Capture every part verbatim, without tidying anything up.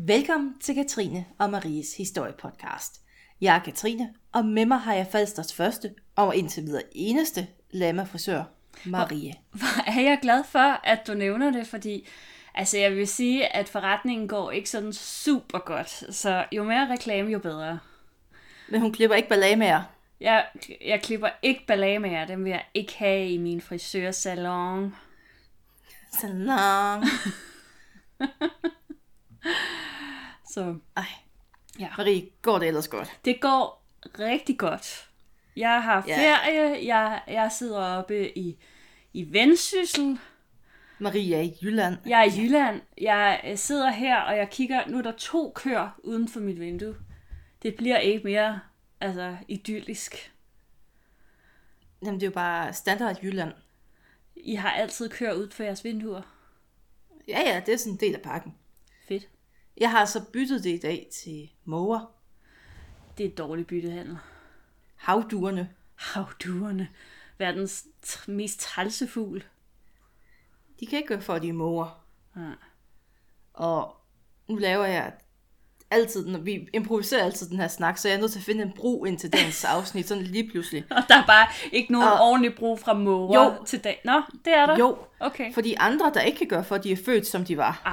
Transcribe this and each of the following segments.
Velkommen til Katrine og Maries historiepodcast. Jeg er Katrine, og med mig har jeg Falsters første og indtil videre eneste lamafrisør, Marie. Hvor er jeg glad for, at du nævner det, fordi altså, jeg vil sige, at forretningen går ikke sådan super godt, så jo mere reklame, jo bedre. Men hun klipper ikke balamager. Jeg, jeg klipper ikke balamager, dem vil jeg ikke have i min frisørsalon. Salon. Så, Ej, ja. Marie, går det ellers godt? Det går rigtig godt. Jeg har Ja. ferie, jeg, jeg sidder oppe i, i Vendsyssel. Marie er i Jylland. Jeg er i Jylland. Jeg sidder her, og jeg kigger. Nu er der to køer uden for mit vindue. Det bliver ikke mere altså idyllisk. Jamen, det er jo bare standard Jylland. I har altid køer ud for jeres vinduer. Ja, ja, det er sådan en del af pakken. Fedt. Jeg har så byttet det i dag til måger. Det er et dårligt byttehandel. Havduerne. Havduerne. Verdens t- mest trælse fugl. De kan ikke gøre for, at de er måger. Ja. Og nu laver jeg altid, når vi improviserer altid den her snak, så jeg er nødt til at finde en bro ind til dagens afsnit, sådan lige pludselig. Og der er bare ikke nogen Og- ordentlig brug fra måger Jo. til dag. Nå, det er der. Jo, Okay. for de andre, der ikke kan gøre for, at de er født, som de var.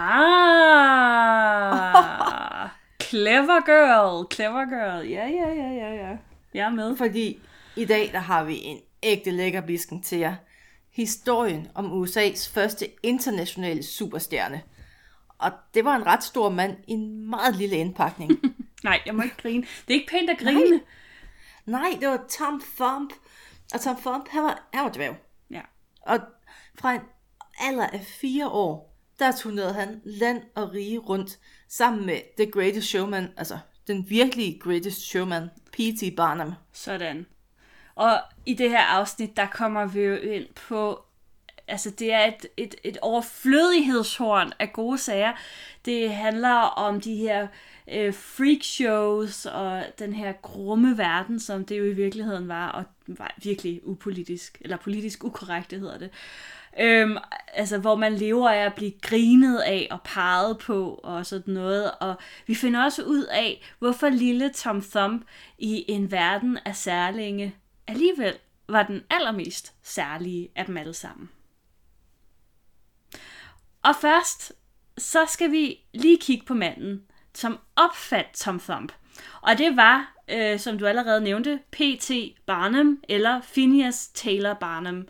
Ah. Clever girl. Clever girl. Ja, ja, ja, ja, ja. Jeg er med. Fordi i dag, der har vi en ægte lækker bisken til jer. Historien om U S A's første internationale superstjerne. Og det var en ret stor mand i en meget lille indpakning. Nej, jeg må ikke grine. Det er ikke pænt at grine. Nej. Nej, det var Tom Thumb. Og Tom Thumb, han var, han var dværg. Ja. Og fra en alder af fire år, der turnerede han land og rige rundt sammen med The Greatest Showman, altså den virkelige Greatest Showman, P T Barnum. Sådan. Og i det her afsnit, der kommer vi jo ind på, altså det er et, et, et overflødighedshorn af gode sager. Det handler om de her øh, freakshows og den her grumme verden, som det jo i virkeligheden var, og var virkelig upolitisk, eller politisk ukorrekt, det hedder det. Øhm, altså hvor man lever af at blive grinet af og peget på og sådan noget, og vi finder også ud af, hvorfor lille Tom Thumb i en verden af særlinge alligevel var den allermest særlige af dem alle sammen. Og først, så skal vi lige kigge på manden, som opfandt Tom Thumb. Og det var, øh, som du allerede nævnte, P T Barnum, eller Phineas Taylor Barnum.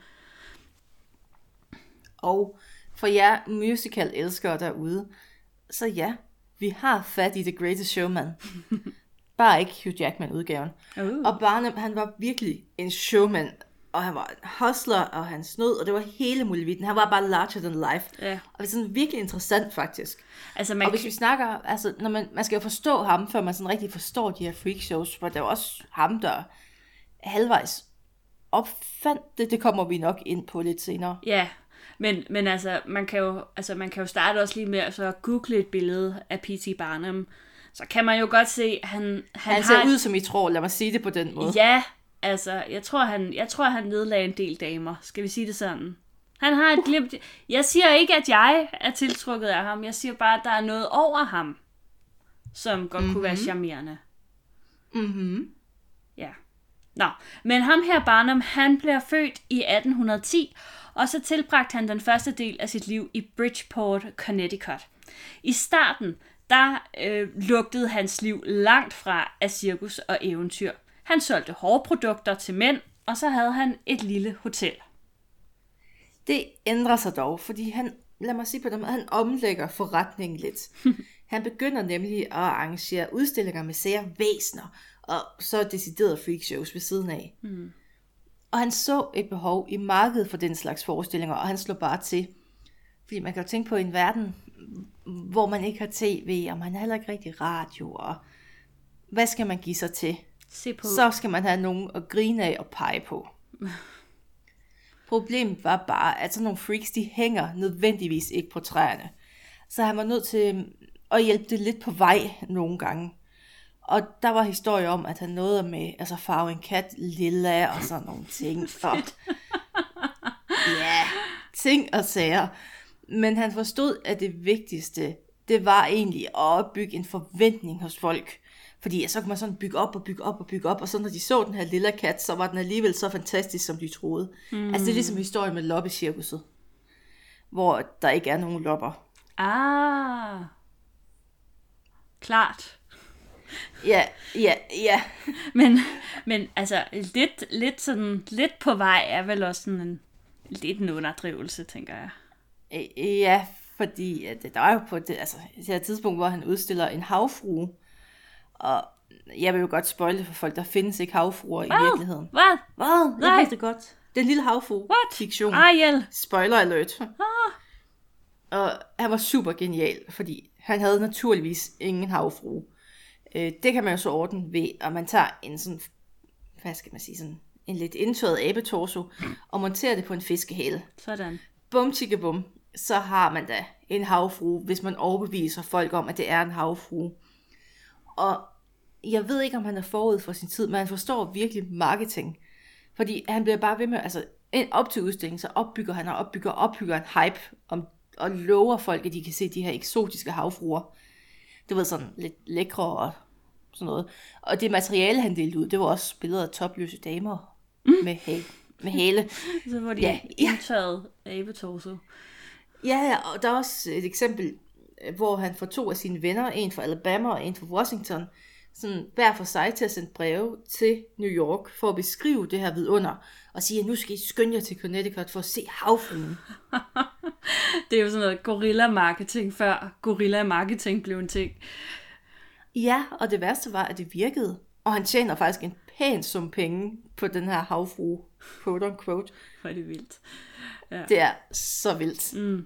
Og for jer musical-elskere derude, så ja, vi har fat i The Greatest Showman. Bare ikke Hugh Jackman-udgaven. Uh. Og Barnum, han var virkelig en showman, og han var en hustler, og han snød, og det var hele muligheden. Han var bare larger than life. Ja. Og det er sådan virkelig interessant, faktisk. Altså man Og hvis vi snakker, altså, når man, man skal jo forstå ham, før man sådan rigtig forstår de her freakshows, for det er jo også ham, der halvvejs opfandt det. Det kommer vi nok ind på lidt senere. Ja, men, men altså, man kan jo, altså, man kan jo starte også lige med at så google et billede af P T Barnum. Så kan man jo godt se, at han, han, Han har... ser ud, som I tror, lad mig sige det på den måde. Ja, altså, jeg tror, han, jeg tror, han nedlagde en del damer. Skal vi sige det sådan? Han har et glimt. Jeg siger ikke, at jeg er tiltrukket af ham. Jeg siger bare, at der er noget over ham, som godt mm-hmm. kunne være charmerende. Mhm. Ja. Nå, men ham her Barnum, han bliver født i atten ti, og så tilbragte han den første del af sit liv i Bridgeport, Connecticut. I starten, der øh, lugtede hans liv langt fra af cirkus og eventyr. Han solgte hårprodukter til mænd, og så havde han et lille hotel. Det ændrer sig dog, fordi han, lad mig sige på den måde, han omlægger forretningen lidt. Han begynder nemlig at arrangere udstillinger med sære væsener, og så deciderede freakshows ved siden af. Mm. Og han så et behov i markedet for den slags forestillinger, og han slog bare til. Fordi man kan jo tænke på en verden, hvor man ikke har tv, og man har heller ikke rigtig radio, og hvad skal man give sig til? Se på. Så skal man have nogen at grine af og pege på. Problemet var bare, at sådan nogle freaks, de hænger nødvendigvis ikke på træerne. Så han var nødt til at hjælpe det lidt på vej nogle gange. Og der var historie om, at han nåede med altså farve en kat lilla og sådan nogle ting. For, ja, ting og sager. Men han forstod, at det vigtigste, det var egentlig at opbygge en forventning hos folk. Fordi så kunne man sådan bygge op og bygge op og bygge op, og så når de så den her lille kat, så var den alligevel så fantastisk, som de troede. Mm. Altså det er ligesom historien med loppecirkuset, hvor der ikke er nogen lopper. Ah, klart. Ja, ja, ja. Men, men altså, lidt, lidt, sådan, lidt på vej er vel også sådan en, lidt en underdrivelse, tænker jeg. Ja, fordi at der er jo på det, altså, det her tidspunkt, hvor han udstiller en havfrue, og jeg vil jo godt spoile for folk, der findes ikke havfruer i virkeligheden. Hvad? Hvad? Nej. Jeg ved det godt. Den lille havfrue. What? Fiktion. Ah, hjælp. Spoiler alert. Ah. Og han var super genial, fordi han havde naturligvis ingen havfrue. Øh, det kan man jo så ordne ved, at man tager en sådan, hvad skal man sige, sådan en lidt indtørret abetorso, og monterer det på en fiskehale. Sådan. Bum, tjekke bum. Så har man da en havfrue, hvis man overbeviser folk om, at det er en havfrue. Og jeg ved ikke, om han er forud for sin tid, men han forstår virkelig marketing. Fordi han bliver bare ved med, altså op til udstillingen, så opbygger han og opbygger og opbygger en hype, om, og lover folk, at de kan se de her eksotiske havfruer. Det var sådan lidt lækre og sådan noget. Og det materiale, han delte ud, det var også billeder af topløse damer mm. med, ha- med hale. Så var de ja, indtørret abetorso. Ja, ja, og der er også et eksempel, hvor han får to af sine venner, en fra Alabama og en fra Washington, sådan hver for sig til at sende breve til New York for at beskrive det her vidunder, og sige, at nu skal I skynde jer til Connecticut for at se havfruen. Det er jo sådan noget gorilla-marketing, før gorilla-marketing blev en ting. Ja, og det værste var, at det virkede, og han tjener faktisk en pæn sum penge på den her havfrue, quote on quote. Hvor er det vildt. Ja. Det er så vildt. Mm.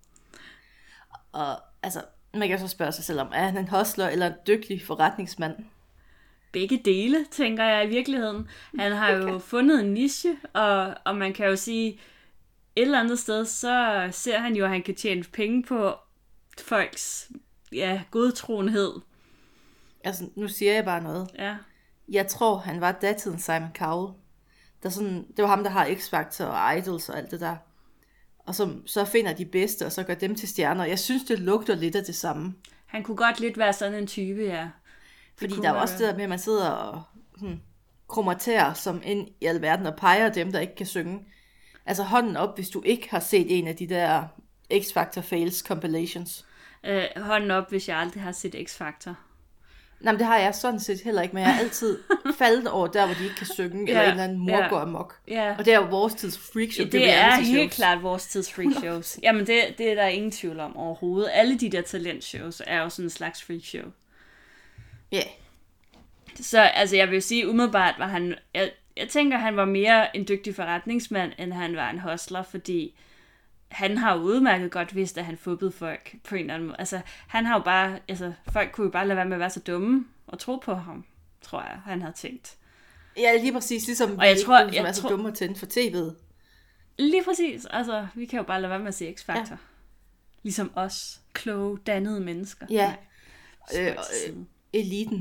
Og altså, man kan så spørge sig selv om, er han en hustler eller en dygtig forretningsmand? Begge dele, tænker jeg i virkeligheden. Han har jo okay. fundet en niche, og, og man kan jo sige, et eller andet sted, så ser han jo, at han kan tjene penge på folks ja, godtroenhed. Altså, nu siger jeg bare noget. Ja. Jeg tror, han var datidens Simon Cowell. Der sådan, det var ham, der har X-Factor og Idols og alt det der. Og så, så finder de bedste, og så gør dem til stjerner. Jeg synes, det lugter lidt af det samme. Han kunne godt lidt være sådan en type, ja. Det Fordi der er være... også det der med, at man sidder og hmm, kromaterer som ind i alverden og peger dem, der ikke kan synge. Altså hånden op, hvis du ikke har set en af de der X-Factor fails compilations. Øh, hånden op, hvis jeg aldrig har set X-Factor. Nej, men det har jeg sådan set heller ikke, men jeg har altid faldet over der, hvor de ikke kan synge, ja, eller en eller anden mor ja, går amok. Ja. Og det er jo vores tids freakshow. Det, det er helt klart vores tids freakshows. Jamen, det, det er der ingen tvivl om overhovedet. Alle de der talentshows er jo sådan en slags freakshow. Ja. Yeah. Så altså, jeg vil sige, umiddelbart var han... Jeg, jeg tænker, han var mere en dygtig forretningsmand, end han var en hustler, fordi han har jo udmærket godt vidst, at han fubbede folk på en eller anden måde. Altså, han har jo bare... Altså, folk kunne jo bare lade være med at være så dumme og tro på ham, tror jeg, han havde tænkt. Ja, lige præcis. Ligesom og jeg vi tror, ikke jeg er så tror, dumme at tænde for tv'et. Lige præcis. Altså, vi kan jo bare lade være med at se X-Factor. Ja. Ligesom os, kloge, dannede mennesker. Ja. Øh, øh, eliten.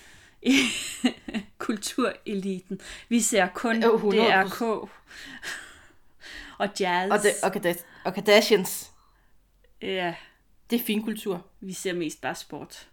Kultureliten. Vi ser kun oh, D R K og jazz. Og, det, og, Kardashians. og Kardashians. Ja. Det er fin kultur. Vi ser mest bare sport.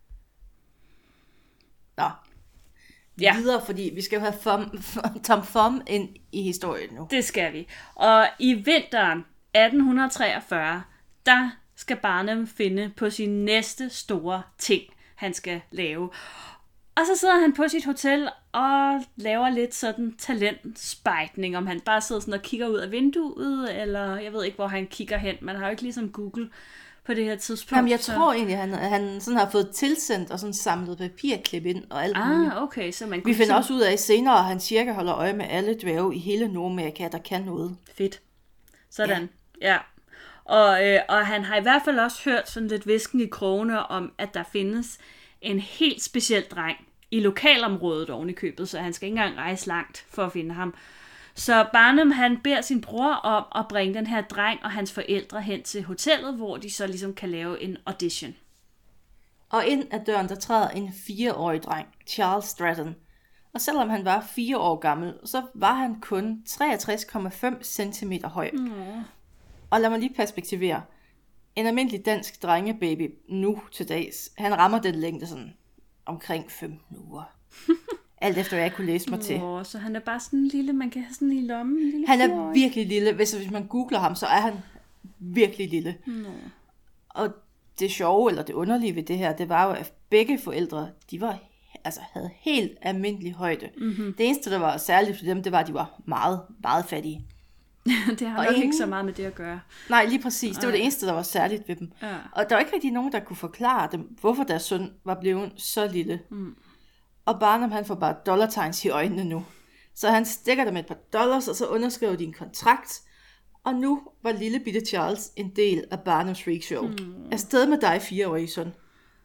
Nå. Ja. Videre, fordi vi skal jo have Thumb, Tom Thumb ind i historien nu. Det skal vi. Og i vinteren atten treogfyrre, der skal Barnum finde på sin næste store ting, han skal lave. Og så sidder han på sit hotel og laver lidt sådan talentspejtning, om han bare sidder sådan og kigger ud af vinduet, eller jeg ved ikke, hvor han kigger hen. Man har jo ikke ligesom Google på det her tidspunkt. Jamen, jeg så... tror egentlig, han, han sådan har fået tilsendt og sådan samlet papirklip ind og alt muligt. Ah, okay, så man Vi finder ligesom... også ud af senere, at han cirka holder øje med alle dværge i hele Nordamerika, der kan noget. Fedt. Sådan, ja. ja. Og, øh, og han har i hvert fald også hørt sådan lidt visken i krogene om, at der findes en helt speciel dreng i lokalområdet oven i købet, så han skal ikke engang rejse langt for at finde ham. Så Barnum, han beder sin bror om at bringe den her dreng og hans forældre hen til hotellet, hvor de så ligesom kan lave en audition. Og ind ad døren, der træder en fireårig dreng, Charles Stratton. Og selvom han var fire år gammel, så var han kun treogtres komma fem centimeter høj. Mm. Og lad mig lige perspektivere. en almindelig dansk drengebaby nu til dags, han rammer den længde sådan omkring femten uger. Alt efter, hvad jeg kunne læse mig til. Åh, så han er bare sådan en lille, man kan have sådan en i lommen. En lille han er fireårig. virkelig lille. Hvis, hvis man googler ham, så er han virkelig lille. Nå. Og det sjove, eller det underlige ved det her, det var jo, at begge forældre, de var, altså, havde helt almindelig højde. Mm-hmm. Det eneste, der var særligt for dem, det var, at de var meget, meget fattige. Det har Og nok ingen... ikke så meget med det at gøre. Nej, lige præcis. Det var det eneste, der var særligt ved dem. Ja. Og der var ikke rigtig nogen, der kunne forklare dem, hvorfor deres søn var blevet så lille. Mm. Og Barnum, han får bare dollartegns i øjnene nu. Så han stikker dem et par dollars, og så underskriver de en kontrakt. Og nu var lille bitte Charles en del af Barnums Freak Show. Mm. Afsted med dig, fireårige søn.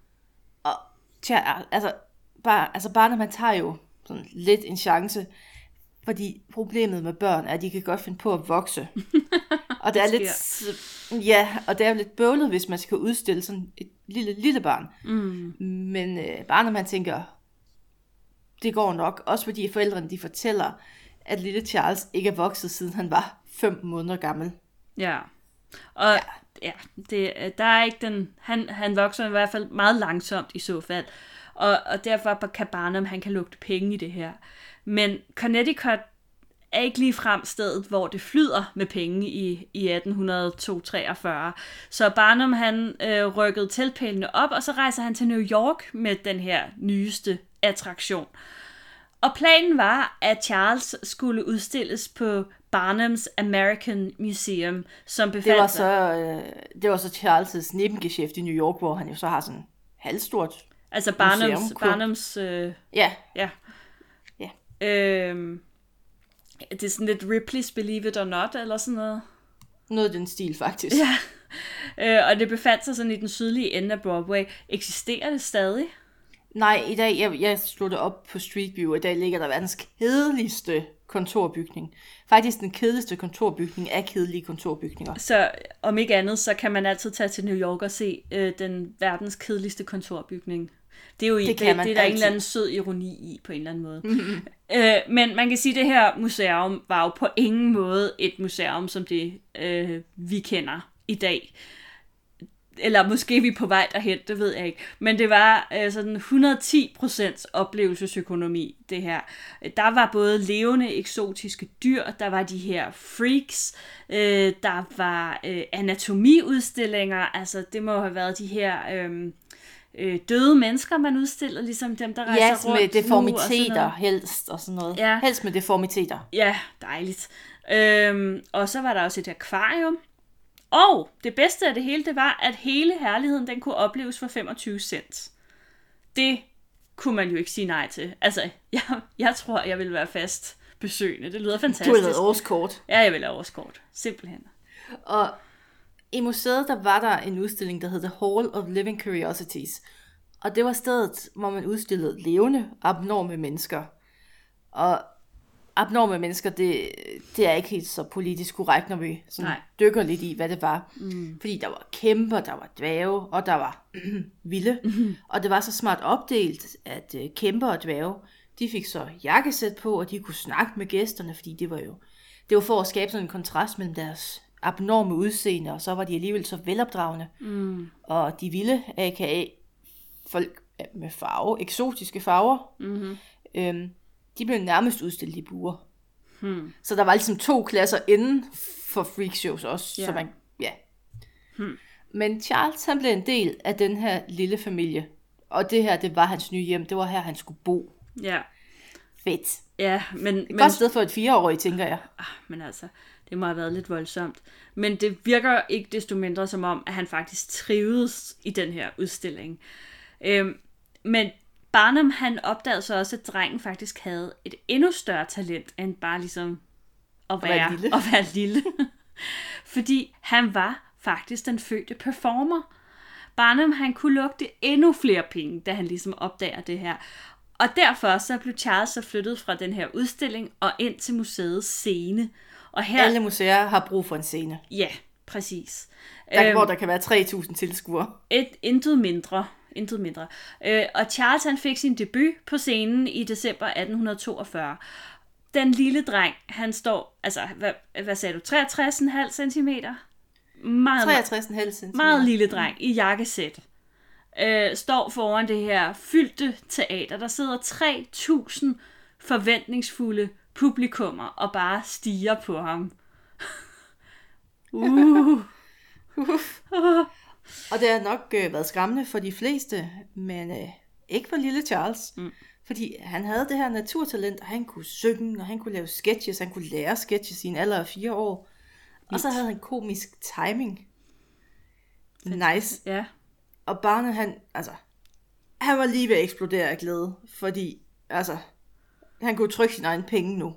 Og tja, altså, bare, altså Barnum, han tager jo sådan lidt en chance. Fordi problemet med børn er, at de kan godt finde på at vokse. Og det er lidt, ja, og det er lidt bøvlet, hvis man skal udstille sådan et lille, lille barn. Mm. Men øh, Barnum, han tænker, det går nok. Også fordi forældrene, de fortæller, at lille Charles ikke er vokset, siden han var fem måneder gammel. Ja, og ja, ja det, der er ikke den, han, han vokser i hvert fald meget langsomt i så fald. Og, og derfor kan Barnum, han kan lugte penge i det her. Men Connecticut er ikke lige frem stedet, hvor det flyder med penge i, i atten treogfyrre. Så Barnum, han øh, rykkede teltpælene op, og så rejser han til New York med den her nyeste attraktion. Og planen var, at Charles skulle udstilles på Barnums American Museum, som befandt det var så øh, det var så Charles' nebengeschæft i New York, hvor han jo så har sådan halvstort altså Barnums, museum. Barnums øh, ja. ja. Ja. Øhm, det er sådan lidt Ripley's Believe It or Not, eller sådan noget. Noget af den stil, faktisk. Ja. Øh, og det befandt sig sådan i den sydlige ende af Broadway. Eksisterer det stadig? Nej, i dag, jeg, jeg slog det op på Street View, og i dag ligger der verdens kedeligste kontorbygning. Faktisk den kedeligste kontorbygning af kedelige kontorbygninger. Så om ikke andet, så kan man altid tage til New York og se øh, den verdens kedeligste kontorbygning. Det er jo i, det, det, det er der en eller anden sød ironi i, på en eller anden måde. Mm-hmm. Øh, men man kan sige, at det her museum var jo på ingen måde et museum, som det øh, vi kender i dag. Eller måske vi er på vej derhen, det ved jeg ikke. Men det var øh, sådan et hundrede og ti procent oplevelsesøkonomi, det her. Der var både levende, eksotiske dyr, der var de her freaks, øh, der var øh, anatomiudstillinger, altså det må have været de her øh, øh, døde mennesker, man udstiller, ligesom dem, der rejser ja, rundt. Ja, med deformiteter og helst, og sådan noget. Ja. Helst med deformiteter. Ja, dejligt. Øh, og så var der også et akvarium. Og det bedste af det hele, det var, at hele herligheden, den kunne opleves for femogtyve cent. Det kunne man jo ikke sige nej til. Altså, jeg, jeg tror, jeg vil være fast besøgende. Det lyder fantastisk. Du har lavet årskort. Ja, jeg vil have årskort. Simpelthen. Og i museet, der var der en udstilling, der hed The Hall of Living Curiosities. Og det var stedet, hvor man udstillede levende, abnorme mennesker. Og abnorme mennesker, det, det er ikke helt så politisk korrekt, når vi sådan dykker lidt i, hvad det var. Mm. Fordi der var kæmper, der var dværge, og der var vilde. Mm-hmm. Og det var så smart opdelt, at uh, kæmper og dværge, de fik så jakkesæt på, og de kunne snakke med gæsterne, fordi det var jo det var for at skabe sådan en kontrast mellem deres abnorme udseende, og så var de alligevel så velopdragende. Mm. Og de vilde, aka folk med farve, eksotiske farver, mm-hmm. øhm, de blev nærmest udstillet i buer. Hmm. Så der var ligesom to klasser inden for freakshows også. Yeah. Så man, ja. Hmm. Men Charles, han blev en del af den her lille familie. Og det her, det var hans nye hjem. Det var her, han skulle bo. Ja. Yeah. Fedt. Ja, men... Et men, godt sted for et fireårig, tænker jeg. Ah, men altså, det må have været lidt voldsomt. Men det virker ikke desto mindre som om, at han faktisk trivedes i den her udstilling. Øhm, men Barnum, han opdagede så også, at drengen faktisk havde et endnu større talent, end bare ligesom at være, at være lille. At være lille. Fordi han var faktisk den fødte performer. Barnum, han kunne lugte endnu flere penge, da han ligesom opdager det her. Og derfor så blev Charles så flyttet fra den her udstilling og ind til museets scene. Og her... Alle museer har brug for en scene. Ja, præcis. Der, øhm, hvor der kan være tre tusind tilskuere. Et intet mindre. Intet mindre. Øh, og Charles, han fik sin debut på scenen i december atten toogfyrre. Den lille dreng, han står, altså, hvad, hvad sagde du, treogtres komma fem centimeter? meget, treogtres komma fem centimeter. meget lille dreng i jakkesæt øh, står foran det her fyldte teater. Der sidder tre tusind forventningsfulde publikummer og bare stiger på ham. uh. Uff. Og det har nok øh, været skræmmende for de fleste, men øh, ikke for lille Charles. Mm. Fordi han havde det her naturtalent, og han kunne synge, og han kunne lave sketches, han kunne lære sketches i en alder af fire år. Vildt. Og så havde han komisk timing. Nice. Ja. Og Barnum, han, altså, han var lige ved at eksplodere af glæde, fordi, altså, han kunne trykke sin egen penge nu.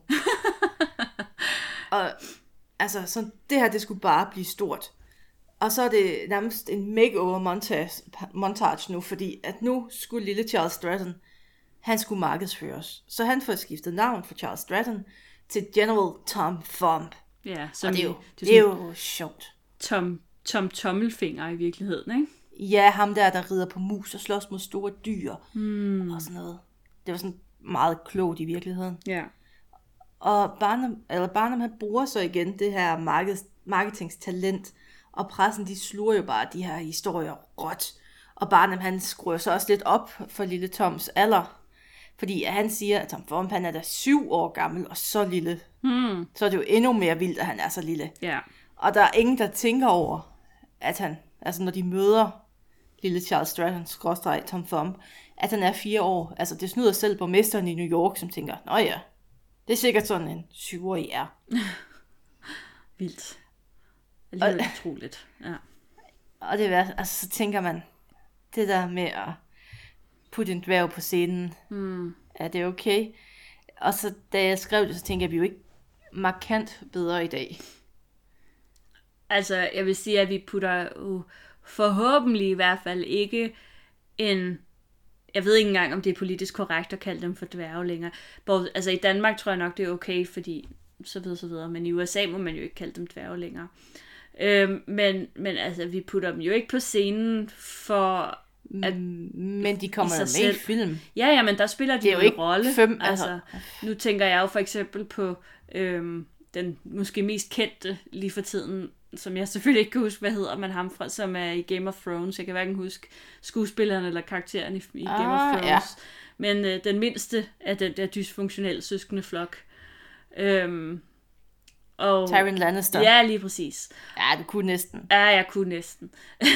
Og, altså, så det her, det skulle bare blive stort. Og så er det nærmest en makeover montage, montage nu, fordi at nu skulle lille Charles Stratton, han skulle markedsføres. Så han får skiftet navn fra Charles Stratton til General Tom Thumb. Ja, og det er jo, det, det er jo sjovt. Tom, Tom Tommelfinger i virkeligheden, ikke? Ja, ham der, der rider på mus og slås mod store dyr hmm. og sådan noget. Det var sådan meget klogt i virkeligheden. Ja. Og Barnum, eller Barnum, han bruger så igen det her markeds, marketingstalent, og pressen, de sluger jo bare de her historier råt. Og Barnum, han skruer så også lidt op for lille Toms alder. Fordi han siger, at Tom Thumb, han er da syv år gammel og så lille. Hmm. Så er det jo endnu mere vildt, at han er så lille. Ja. Og der er ingen, der tænker over, at han, altså når de møder lille Charles Stratton, skråstreg Tom Thumb, at han er fire år. Altså det snyder selv borgmesteren i New York, som tænker, nå ja, det er sikkert sådan en syvårig er. Vildt. Alligevel utroligt. Ja. Og det er, altså så tænker man, det der med at putte en dværg på scenen, mm. er det okay? Og så da jeg skrev det, så tænker jeg, vi er jo ikke markant bedre i dag. Altså, jeg vil sige, at vi putter uh, forhåbentlig i hvert fald ikke en... Jeg ved ikke engang, om det er politisk korrekt at kalde dem for dværge længere. Både, altså i Danmark tror jeg nok, det er okay, fordi så videre, så videre. Men i U S A må man jo ikke kalde dem dværge længere. Øhm, men, men altså, vi putter dem jo ikke på scenen for... At, men de kommer jo med i film. Ja, ja, men der spiller de det er jo jo en rolle. Fem, altså, nu tænker jeg jo for eksempel på øhm, den måske mest kendte lige for tiden, som jeg selvfølgelig ikke kan huske, hvad hedder, men ham fra, som er i Game of Thrones. Jeg kan hverken huske skuespilleren eller karakteren i, i Game ah, of Thrones. Ja. Men øh, den mindste af den der dysfunktionelle søskende flok. Øhm, og, Tyrion Lannister. Ja, lige præcis. Ja, du kunne næsten. Ja, jeg kunne næsten.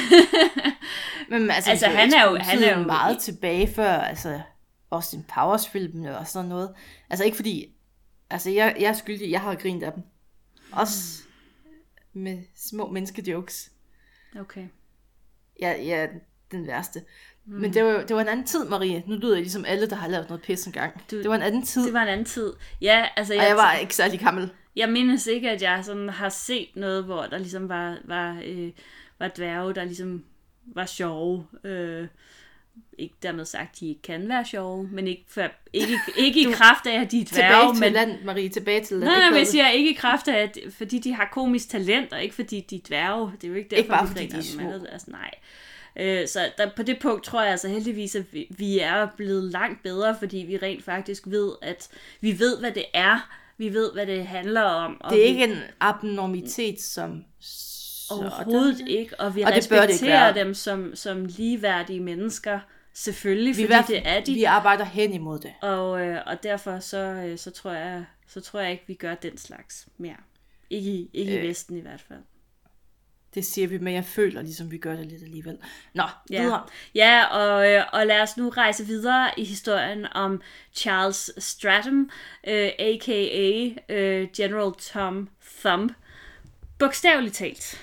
Men altså, altså han er jo han er jo meget tilbage før, altså Austin Powers filmene og sådan noget. Altså ikke fordi, altså jeg, jeg er skyldig, jeg har grint af dem. Også med små menneskejokes. Okay. Ja, ja, den værste. Mm. Men det var, det var en anden tid, Marie. Nu lyder jeg ligesom alle, der har lavet noget pis engang. Du, det var en anden tid. Det var en anden tid. Ja, altså jeg, og jeg var ikke særlig gammel. Jeg mindes ikke, at jeg sådan har set noget, hvor der ligesom var, var, øh, var dværge, der ligesom var sjove. Øh, ikke dermed sagt, at de ikke kan være sjove, men ikke, for, ikke, ikke i kraft af, at de er dværge. Tilbage til men... land, Marie, tilbage til land. Nej, nej, men jeg siger ikke i kraft af, at, fordi de har komisk talent, og ikke fordi de er dværge. Det er jo ikke derfor, ikke bare de fordi de er små. Altså, nej. Øh, så der, på det punkt tror jeg altså heldigvis, at vi, vi er blevet langt bedre, fordi vi rent faktisk ved, at vi ved, hvad det er. Vi ved, hvad det handler om. Og det er vi... ikke en abnormitet, som... Overhovedet sådan. ikke, og vi og respekterer dem som, som ligeværdige mennesker, selvfølgelig, fordi hvert, det er de. Vi arbejder hen imod det. Og, øh, og derfor så, så, tror jeg, så tror jeg ikke, vi gør den slags mere. Ikke, i, ikke øh, i Vesten i hvert fald. Det siger vi, men jeg føler ligesom, vi gør det lidt alligevel. Nå, ja. videre. Ja, og, øh, og lad os nu rejse videre i historien om Charles Stratton, øh, a k a. Øh, General Tom Thumb. Bogstaveligt talt.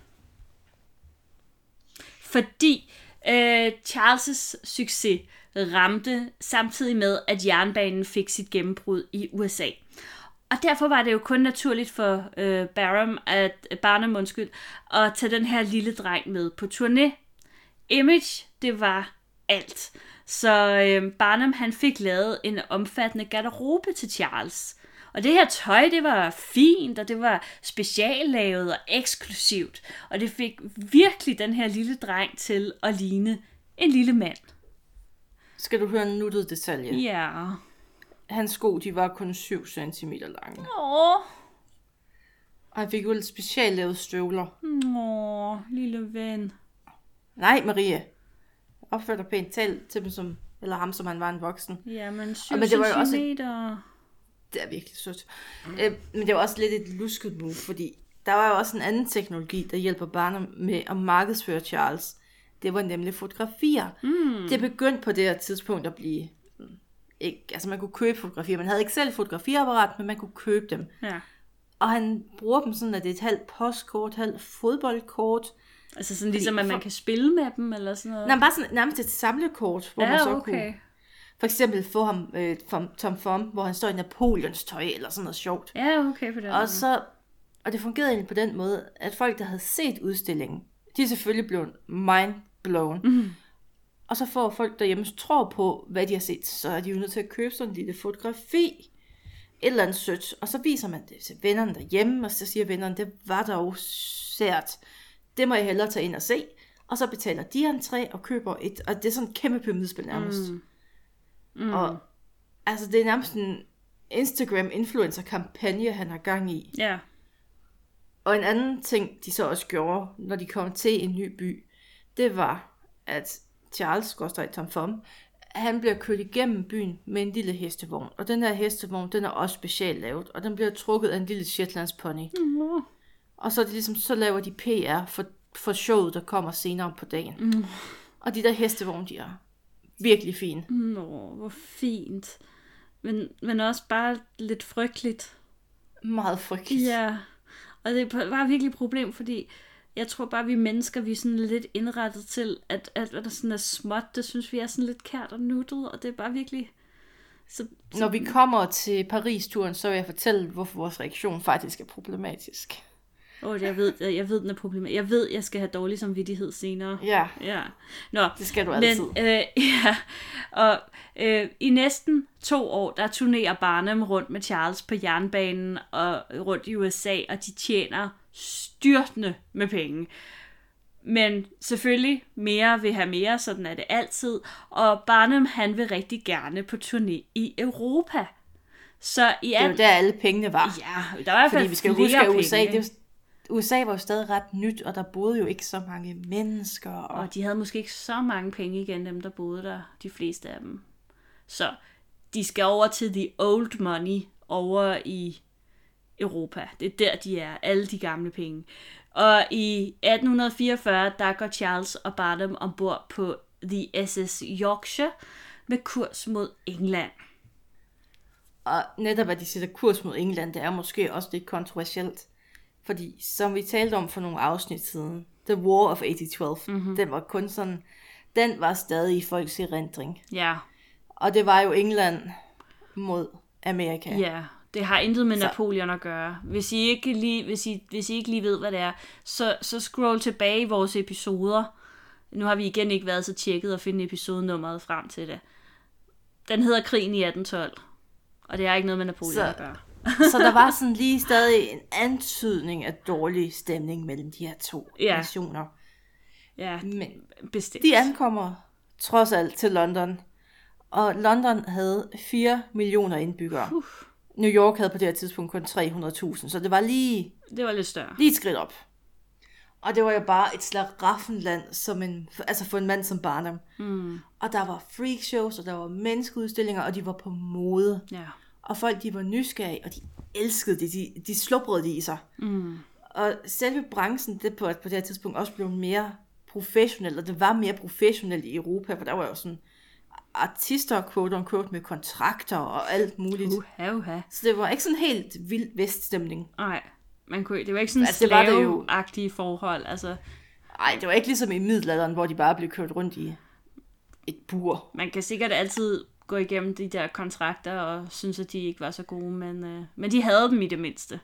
Fordi øh, Charles' succes ramte samtidig med, at jernbanen fik sit gennembrud i U S A. Og derfor var det jo kun naturligt for øh, Barnum, at, Barnum undskyld, at tage den her lille dreng med på turné. Image, det var alt. Så øh, Barnum, han fik lavet en omfattende garderobe til Charles. Og det her tøj, det var fint, og det var speciallavet og eksklusivt. Og det fik virkelig den her lille dreng til at ligne en lille mand. Skal du høre en nuttet detalje? Ja. Hans sko, de var kun syv centimeter lange. Åh. han fik jo specielt lavet støvler. Åh, lille ven. Nej, Marie. Opfør dig pænt, tal til dem som, eller ham, som han var en voksen. Jamen, syv men det var jo også- centimeter. Det er virkelig sødt. Øh, men det var også lidt et lusket move, fordi der var jo også en anden teknologi, der hjælper Barnum med at markedsføre Charles. Det var nemlig fotografier. Mm. Det begyndte på det her tidspunkt at blive... Ikke, altså man kunne købe fotografier. Man havde ikke selv fotografiapparat, men man kunne købe dem. Ja. Og han bruger dem sådan, at det er et halvt postkort, halvt fodboldkort. Altså sådan ligesom, at man kan spille med dem, eller sådan noget? Nej, men bare sådan nærmest et samlekort, hvor ja, man så okay. kunne... For eksempel få ham øh, from Tom Thumb, hvor han står i Napoleons tøj, eller sådan noget sjovt. Ja, okay på den Og måde. så, og det fungerede egentlig på den måde, at folk, der havde set udstillingen, de er selvfølgelig blevet mind blown. Mm. Og så får folk derhjemme tror på, hvad de har set, så er de jo nødt til at købe sådan en lille fotografi, et eller andet sødt, og så viser man det til vennerne derhjemme, og så siger vennerne, det var da jo sært. Det må jeg hellere tage ind og se. Og så betaler de entré og køber et, og det er sådan et kæmpe pyramidespil nærmest. Mm. Mm. Og altså det er nærmest en Instagram-influencer-kampagne, han har gang i. Ja. Og en anden ting, de så også gjorde, når de kom til en ny by, det var, at Charles, skorstræk Tom Thumb, han bliver kørt igennem byen med en lille hestevogn. Og den her hestevogn, den er også specielt lavet, og den bliver trukket af en lille shetlandspony. Mm. Og så, er det ligesom, så laver de P R for, for showet, der kommer senere på dagen. Mm. Og de der hestevogne, de er virkelig fine. Nå, hvor fint. Men, men også bare lidt frygteligt. Meget frygteligt. Ja, og det var virkelig et problem, fordi jeg tror bare, vi mennesker, vi er sådan lidt indrettet til, at alt, hvad der sådan er småt, det synes vi er sådan lidt kært og nuttet, og det er bare virkelig... Så, så... Når vi kommer til Paris-turen, så vil jeg fortælle, hvorfor vores reaktion faktisk er problematisk. Åh, oh, jeg ved, jeg ved, den er problematisk. Jeg ved, jeg skal have dårlig samvittighed senere. Ja, ja. Nå, det skal du altid. Men, øh, ja, og øh, i næsten to år, der turnerer Barnum rundt med Charles på jernbanen og rundt i U S A, og de tjener styrtende med penge. Men selvfølgelig, mere vil have mere, sådan er det altid. Og Barnum, han vil rigtig gerne på turné i Europa. Så i det er jo der, alle pengene var. Ja, der var i hvert fald Fordi vi skal huske, at U S A, penge. det U S A var jo stadig ret nyt, og der boede jo ikke så mange mennesker. Og, og de havde måske ikke så mange penge igen, dem der boede der, de fleste af dem. Så de skal over til the old money over i Europa. Det er der, de er. Alle de gamle penge. Og i atten fireogfyrre, der går Charles og Barnum ombord på the S S Yorkshire med kurs mod England. Og netop at de sætter kurs mod England, det er måske også lidt kontroversielt. Fordi som vi talte om for nogle afsnit siden, The War of atten tolv, mm-hmm. den var kun sådan, den var stadig i folks erindring. Ja. Og det var jo England mod Amerika. Ja, det har intet med så. Napoleon at gøre. Hvis I ikke lige, hvis I, hvis I ikke lige ved, hvad det er, så, så scroll tilbage i vores episoder. Nu har vi igen ikke været så tjekket at finde episodenummeret frem til det. Den hedder Krigen i atten tolv. Og det har ikke noget med Napoleon så, at gøre. Så der var sådan lige stadig en antydning af dårlig stemning mellem de her to ja. nationer. Ja, men bestemt. De ankommer trods alt til London. Og London havde fire millioner indbyggere. Uh. New York havde på det her tidspunkt kun tre hundrede tusind, så det var lige... Det var lidt større. Lige et skridt op. Og det var jo bare et slaraffenland, som en, altså for en mand som Barnum. Mm. Og der var freakshows, og der var menneskeudstillinger, og de var på mode. Ja. Og folk, de var nysgerrige, og de elskede det. De, de slubrede det i sig. Mm. Og selve branchen, det på, på det her tidspunkt også blev mere professionelt, og det var mere professionelt i Europa, for der var jo sådan artister, quote on quote, med kontrakter og alt muligt. Uha, uha. Så det var ikke sådan helt vild veststemning. Nej, man kunne, det var ikke sådan altså, slaveagtige forhold. Altså. Nej, det var ikke ligesom i middelalderen, hvor de bare blev kørt rundt i et bur. Man kan sikkert altid gå igennem de der kontrakter og synes, at de ikke var så gode, men, øh, men de havde dem i det mindste.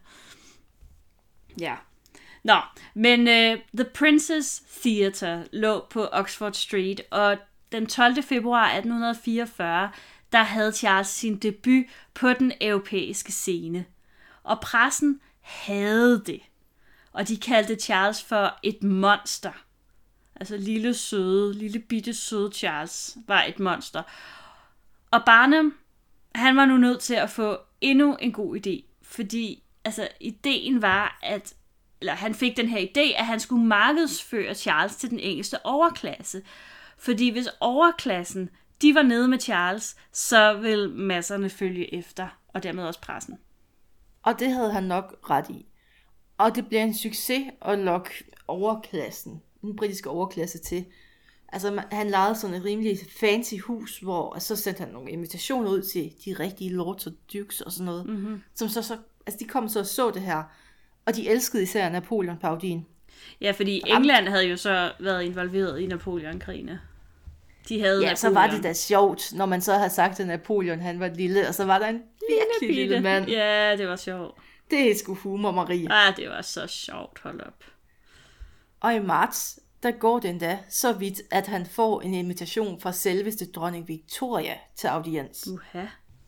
Ja. Nå, men uh, The Princess Theatre lå på Oxford Street, og den tolvte februar atten fireogfyrre, der havde Charles sin debut på den europæiske scene. Og pressen havde det. Og de kaldte Charles for et monster. Altså lille søde, lille bitte søde Charles var et monster. Og Barnum, han var nu nødt til at få endnu en god idé, fordi altså ideen var, at eller han fik den her idé, at han skulle markedsføre Charles til den engelske overklasse. Fordi hvis overklassen, de var nede med Charles, så vil masserne følge efter, og dermed også pressen. Og det havde han nok ret i. Og det bliver en succes at lokke overklassen, den britiske overklasse til. Altså han lejede sådan et rimelig fancy hus, hvor så sendte han nogle invitationer ud til de rigtige lords og dukes og sådan noget. Mm-hmm. Som så, så, altså de kom så og så det her. Og de elskede især Napoleon-parodien. Ja, fordi England havde jo så været involveret i Napoleon-krigene. De havde ja, Napoleon. Så var det da sjovt, når man så havde sagt, at Napoleon han var lille, og så var der en virkelig lille, lille mand. Ja, det var sjovt. Det er sgu humor, Marie. Ah, det var så sjovt, hold op. Og i marts, der går det endda så vidt, at han får en invitation fra selveste dronning Victoria til audiens. Uha.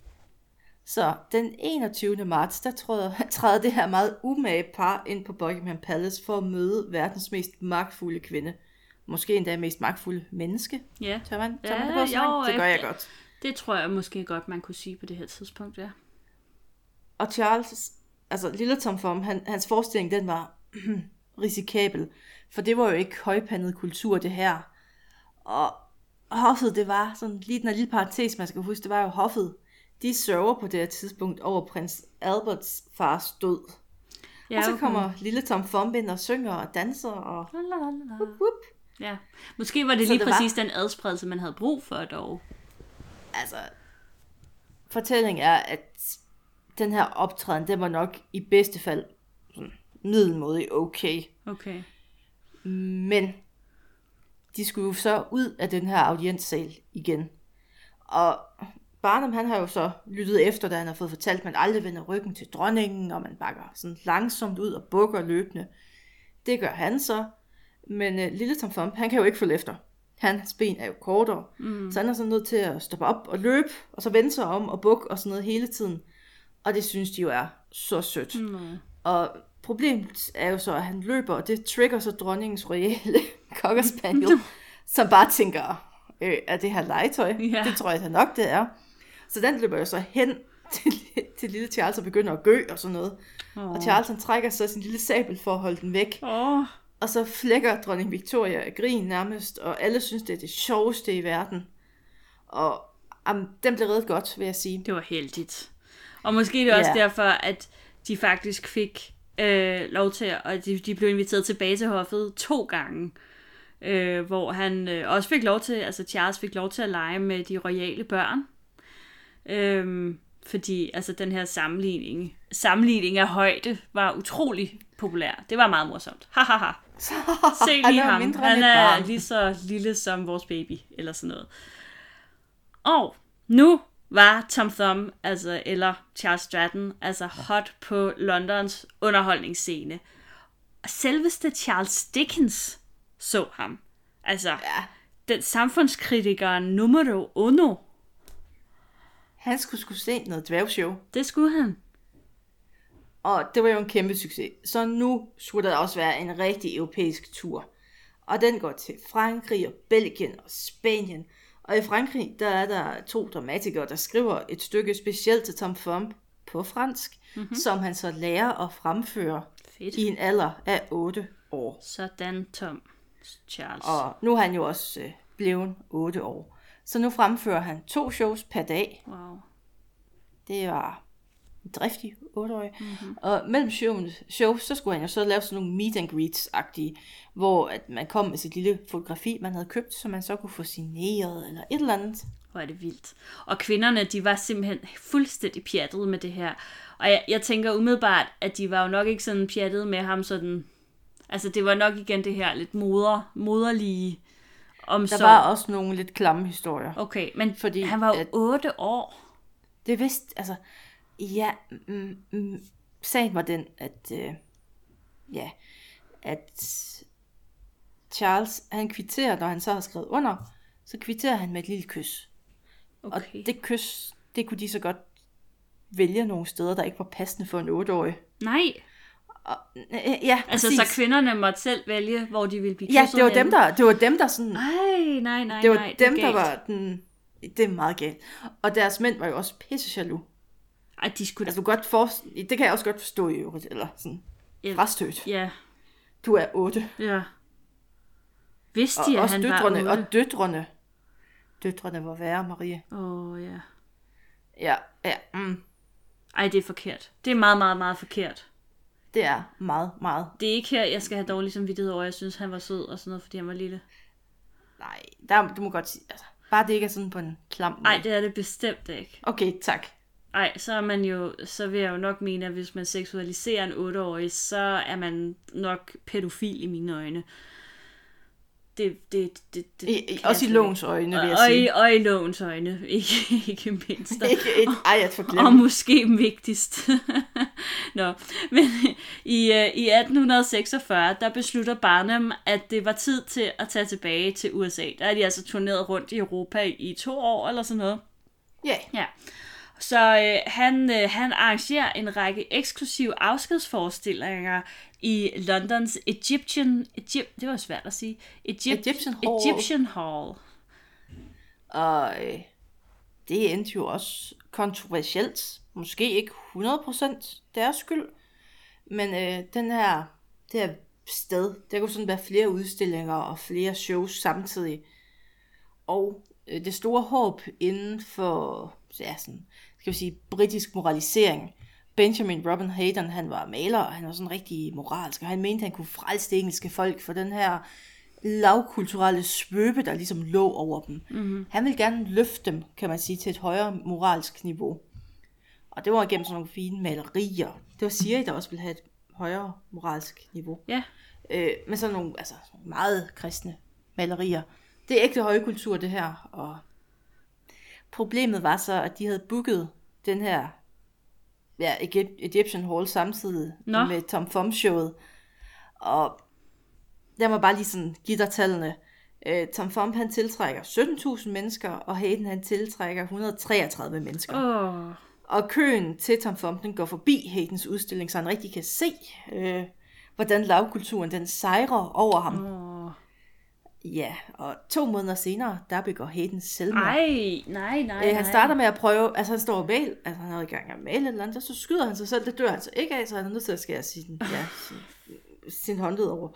Så den enogtyvende marts, der træder, træder det her meget umage par ind på Buckingham Palace for at møde verdens mest magtfulde kvinde. Måske endda mest magtfulde menneske. Ja. Tør man, tør ja, man det på jo, det gør jeg godt. Det tror jeg måske godt, man kunne sige på det her tidspunkt, ja. Og Charles, altså lille Tom Thumb, han, hans forestilling, den var risikabel. For det var jo ikke højpandet kultur, det her. Og hoffet, det var sådan lige den lille parentes, man skal huske, det var jo hoffet. De sørger på det her tidspunkt over prins Alberts fars død. Ja, okay. Og så kommer lille Tom Thumb ind og synger og danser og whoop, whoop. Ja, måske var det så lige det præcis var... den adspredelse, man havde brug for dog. Altså, fortællingen er, at den her optræden, det var nok i bedste fald middelmådig okay. Okay. Men de skulle jo så ud af den her audienssal igen. Og Barnum, han har jo så lyttet efter, da han har fået fortalt, at man aldrig vender ryggen til dronningen, og man bakker sådan langsomt ud og bukker løbende. Det gør han så. Men uh, lille Tom Thumb, han kan jo ikke følge efter. Hans ben er jo kortere. Mm. Så han er sådan nødt til at stoppe op og løbe, og så vende sig om og bukke og sådan noget hele tiden. Og det synes de jo er så sødt. Mm. Og problemet er jo så, at han løber, og det trigger så dronningens royale cocker spaniel, som bare tænker, øh, er det her legetøj? Ja. Det tror jeg da nok, det er. Så den løber jo så hen til, til lille Charles og begynder at gø og sådan noget. Oh. Og Charles han trækker så sin lille sabel for at holde den væk. Oh. Og så flækker dronning Victoria af grin nærmest, og alle synes, det er det sjoveste i verden. Og um, den blev reddet godt, vil jeg sige. Det var heldigt. Og måske det er også yeah. derfor, at de faktisk fik øh, lov til, og de, de blev inviteret tilbage til hoffet to gange. Øh, hvor han øh, også fik lov til, altså Charles fik lov til at lege med de royale børn. Øh, fordi altså den her sammenligning, sammenligning af højde var utrolig populær. Det var meget morsomt. Hahaha. Se lige ham. Han er lige så lille som vores baby, eller sådan noget. Og nu var Tom Thumb, altså, eller Charles Stratton, altså hot på Londons underholdningsscene. Selveste Charles Dickens så ham. Altså, ja. Den samfundskritiker numero uno. Han skulle skulle se noget dværgshow. Det skulle han. Og det var jo en kæmpe succes. Så nu skulle der også være en rigtig europæisk tur. Og den går til Frankrig og Belgien og Spanien. Og i Frankrig, der er der to dramatikere, der skriver et stykke specielt til Tom Thumb på fransk, mm-hmm. som han så lærer at fremføre Fedt. I en alder af otte år. Sådan, Tom Charles. Og nu er han jo også øh, blevet otte år. Så nu fremfører han to shows per dag. Wow. Det var driftig otteårig. Mm-hmm. Og mellem shows, så skulle han jo så lave sådan nogle meet and greets-agtige, hvor at man kom med sit lille fotografi, man havde købt, så man så kunne få signeret eller et eller andet. Hvor er det vildt. Og kvinderne, de var simpelthen fuldstændig pjattede med det her. Og jeg, jeg tænker umiddelbart, at de var jo nok ikke sådan pjattede med ham sådan. Altså det var nok igen det her lidt moder, moderlige omsorg. Der var også nogle lidt klamme historier. Okay, men fordi han var jo at, otte år. Det vidste, altså, ja, mm, mm, sagen var den, at, øh, ja, at Charles, han kvitterer, når han så har skrevet under, så kvitterer han med et lille kys. Okay. Og det kys, det kunne de så godt vælge nogle steder, der ikke var passende for en otteårig. Nej. Og, ja, altså præcis. Så kvinderne måtte selv vælge, hvor de ville blive kysset. Ja, det var dem der, det var dem der sådan. Nej, nej, nej, det var nej, dem det der var den. Det er meget galt. Og deres mænd var jo også pisse jaloux. Ej, de skulle Altså, du kan godt for... det kan jeg også godt forstå i øvrigt, eller sådan frastødt. Ja. Du er otte. Ja. Vidste Og de, at også han døtrene, var otte? og døtrene. Døtrene var værre, Marie. Åh, oh, ja. Ja, ja, mm. Ej, det er forkert. Det er meget, meget, meget forkert. Det er meget, meget. Det er ikke her, jeg skal have dårlig samvittighed over, jeg synes, han var sød og sådan noget, fordi han var lille. Nej, der, du må godt sige, altså, bare det ikke er sådan på en klam måde. Nej, det er det bestemt ikke. Okay, tak. Ej, så er man jo, så vil jeg jo nok mene, at hvis man seksualiserer en otteårig, så er man nok pædofil i mine øjne. Det, det, det, det I, også i lovens øjne, vil jeg og, sige. Og i, og i lovens øjne, ikke, ikke mindst. Ikke et ej at forglemme. Og måske vigtigst. Nå, men i, i atten seksogfyrre, der beslutter Barnum, at det var tid til at tage tilbage til U S A. Der er de altså turneret rundt i Europa i to år eller sådan noget. Yeah. Ja. Så øh, han, øh, han arrangerer en række eksklusive afskedsforestillinger i Londons Egyptian, Egypt, det var svært at sige, Egypt, Egyptian Hall. Egyptian Hall. Og øh, det endte jo også kontroversielt. Måske ikke hundrede procent deres skyld. Men øh, den her, det her sted, der kunne sådan være flere udstillinger og flere shows samtidig. Og øh, det store håb inden for, ja, sådan, skal vi sige, britisk moralisering. Benjamin Robin Hayden, han var maler, og han var sådan rigtig moralsk, og han mente, han kunne frelse det engelske folk for den her lavkulturelle svøbe, der ligesom lå over dem. Mm-hmm. Han ville gerne løfte dem, kan man sige, til et højere moralsk niveau. Og det var igennem sådan nogle fine malerier. Det var Siri, der også ville have et højere moralsk niveau. Ja. Øh, med sådan nogle, altså, meget kristne malerier. Det er ægte højkultur, det her. Og problemet var så, at de havde booket den her ja, Egyptian Hall samtidig Nå. med Tom Thumb-showet. Og der må bare lige sådan give dig tallene. Øh, Tom Thumb, han tiltrækker sytten tusind mennesker, og Hayden, han tiltrækker et hundrede og treogtredive mennesker. Oh. Og køen til Tom Thumb, den går forbi Haydens udstilling, så han rigtig kan se, øh, hvordan lavkulturen, den sejrer over ham. Oh. Ja, og to måneder senere, der begår Hayden selvmord. Ej, nej, nej, øh, Han starter med at prøve, altså han står og maler, altså han er i gang med at male et eller andet, og så skyder han sig selv, det dør han så ikke af, så han er nødt til at skære sin, ja, sin, sin håndled over.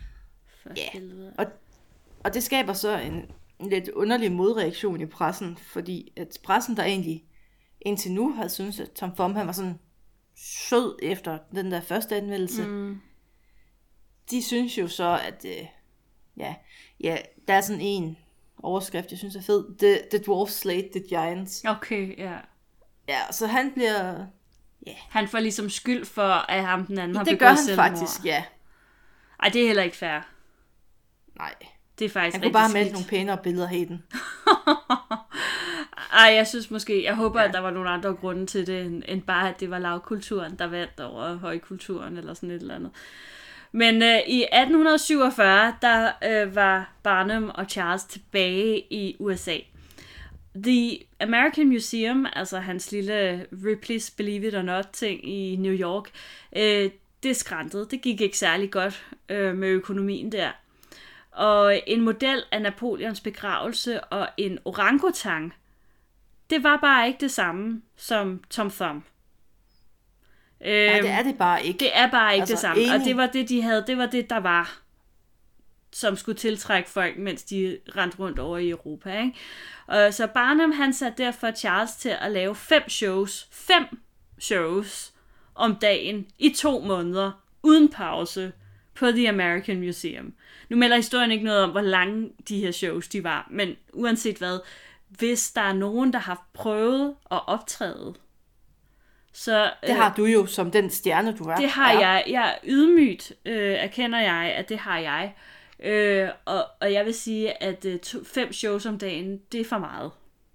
Ja, og, og det skaber så en, en lidt underlig modreaktion i pressen, fordi at pressen, der egentlig indtil nu havde syntes, at Tom Thumb, han var sådan sød efter den der første anmeldelse, mm. de synes jo så, at øh, ja, ja, der er sådan en overskrift, jeg synes er fed, The, the Dwarf Slayed the Giants. Okay, ja. Ja, så han bliver... Yeah. Han får ligesom skyld for, at ham den anden har begået selvmord. Det gør han faktisk, ja. Ej, det er heller ikke fair. Nej. Det er faktisk han kunne bare melde nogle pænere billeder af Hayden. Ej, jeg synes måske, jeg håber, ja. at der var nogle andre grunde til det, end, end bare, at det var lavkulturen, der vandt over højkulturen, eller sådan et eller andet. Men øh, i atten syvogfyrre, der øh, var Barnum og Charles tilbage i U S A. The American Museum, altså hans lille Ripley's Believe It or Not ting i New York, øh, det skrantede. Det gik ikke særlig godt øh, med økonomien der. Og en model af Napoleons begravelse og en orangutang, det var bare ikke det samme som Tom Thumb. Nej, øhm, det er det bare ikke. Det er bare ikke altså, det samme. enig. Og det var det, de havde. Det var det, der var, som skulle tiltrække folk, mens de rendte rundt over i Europa. Ikke? Og så Barnum, han satte derfor Charles til at lave fem shows. Fem shows om dagen i to måneder, uden pause, på The American Museum. Nu melder historien ikke noget om, hvor lange de her shows de var, men uanset hvad, hvis der er nogen, der har prøvet at optræde, så... Det har du jo som den stjerne, du er. Det har ja. jeg. Jeg er ydmygt, øh, erkender jeg, at det har jeg. Øh, og, og jeg vil sige, at øh, to, fem shows om dagen, det er for meget.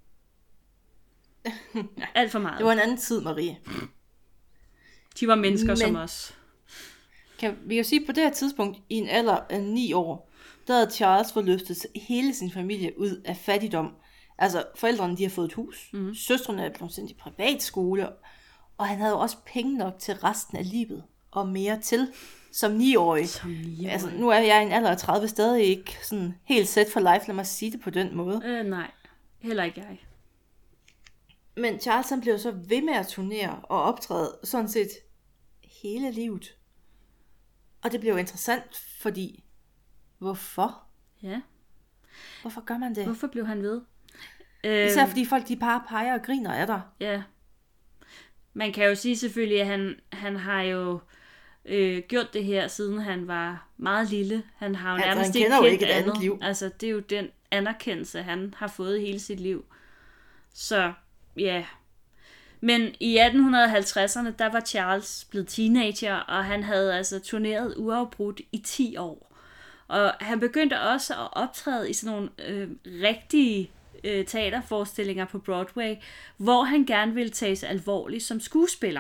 Alt for meget. Det var en anden tid, Marie. De var mennesker Men... som os. Kan vi jo sige, på det her tidspunkt, i en alder af ni år, der havde Charles fået løftet hele sin familie ud af fattigdom. Altså, forældrene, de har fået et hus. Mm. Søstrene er blevet sendt i privatskole. Og han havde jo også penge nok til resten af livet. Og mere til, som niårig. Som niårig. Altså, nu er jeg i en alder af tredive stadig ikke sådan helt set for life. Lad mig sige det på den måde. Øh, nej, heller ikke jeg. Men Charles han blev så ved med at turnere og optræde sådan set hele livet. Og det blev interessant, fordi hvorfor? Ja. Hvorfor gør man det? Hvorfor blev han ved? Især fordi folk de bare peger og griner af dig. Ja. Man kan jo sige selvfølgelig, at han, han har jo øh, gjort det her, siden han var meget lille. Han har jo altså, nærmest han ikke kender jo kendt ikke et andet. andet liv. Altså, det er jo den anerkendelse, han har fået hele sit liv. Så, ja. Men i atten halvtredserne, der var Charles blevet teenager, og han havde altså turneret uafbrudt i ti år. Og han begyndte også at optræde i sådan nogle øh, rigtige øh, teaterforestillinger på Broadway, hvor han gerne ville tages alvorligt som skuespiller.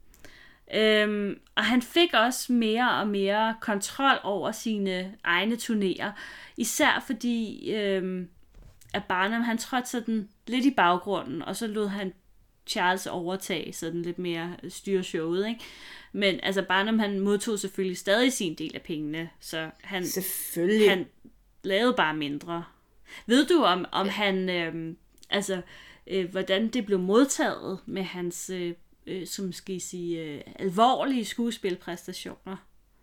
Øhm, og han fik også mere og mere kontrol over sine egne turnéer, især fordi øhm, at Barnum han trådte sådan lidt i baggrunden, og så lod han Charles overtage sådan lidt mere styre showet, ikke? Men altså Barnum han modtog selvfølgelig stadig sin del af pengene, så han, selvfølgelig. han lavede bare mindre. Ved du om, om han, øhm, altså øh, hvordan det blev modtaget med hans øh, øh, som skal I sige, øh, alvorlige skuespilpræstationer?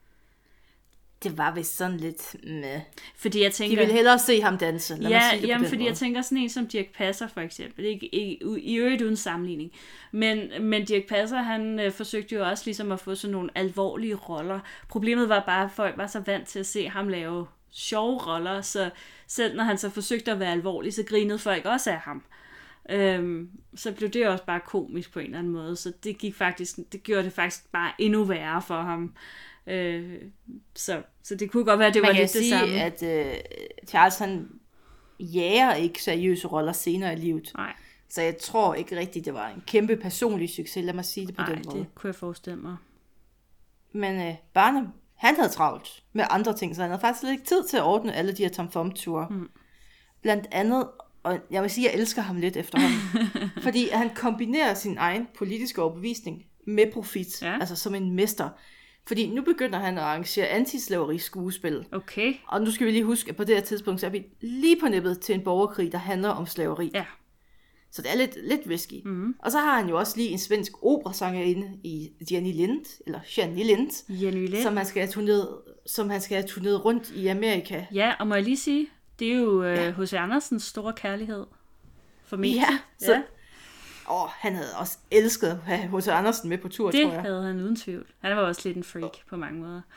Det var vist sådan lidt med. Fordi jeg tænker, de ville hellere se ham danse. Lad ja, mig sige det jamen, på den fordi måde. jeg tænker sådan en som Dirch Passer for eksempel, ikke, ikke, i øvrigt uden sammenligning, men, men Dirch Passer han øh, forsøgte jo også ligesom at få sådan nogle alvorlige roller. Problemet var bare, at folk var så vant til at se ham lave sjove roller, så selv når han så forsøgte at være alvorlig, så grinede folk også af ham. Øhm, så blev det også bare komisk på en eller anden måde, så det gik faktisk, det gjorde det faktisk bare endnu værre for ham. Øh, så, så det kunne godt være, at det Man var kan lidt sige, det samme. at øh, Charles han jager ikke seriøse roller senere i livet. Nej. Så jeg tror ikke rigtigt, det var en kæmpe personlig succes. Lad mig sige det på Nej, den måde. det kunne jeg forestille mig. Men øh, Barnum, han havde travlt med andre ting, så han havde faktisk slet ikke tid til at ordne alle de her Tom Thumb-ture. Mm. Blandt andet, og jeg vil sige, at jeg elsker ham lidt efterhånden, fordi han kombinerer sin egen politiske overbevisning med profit, Ja. altså som en mester. Fordi nu begynder han at arrangere antislaveri skuespil. Okay. Og nu skal vi lige huske, at på det her tidspunkt, så er vi lige på nippet til en borgerkrig, der handler om slaveri. Ja. Så det er lidt, lidt risky. Mm. Og så har han jo også lige en svensk operasangerinde i Jenny Lind, eller Jenny Lind, Jenny Lind. som han skal have turneret, som han skal have turneret rundt i Amerika. Ja, og må jeg lige sige, det er jo H C. Ja. Andersens store kærlighed. Formentlig. Ja, så, ja. Åh, han havde også elsket at have H C. Andersen med på tur, Det tror jeg. havde han uden tvivl. Han var også lidt en freak oh. på mange måder.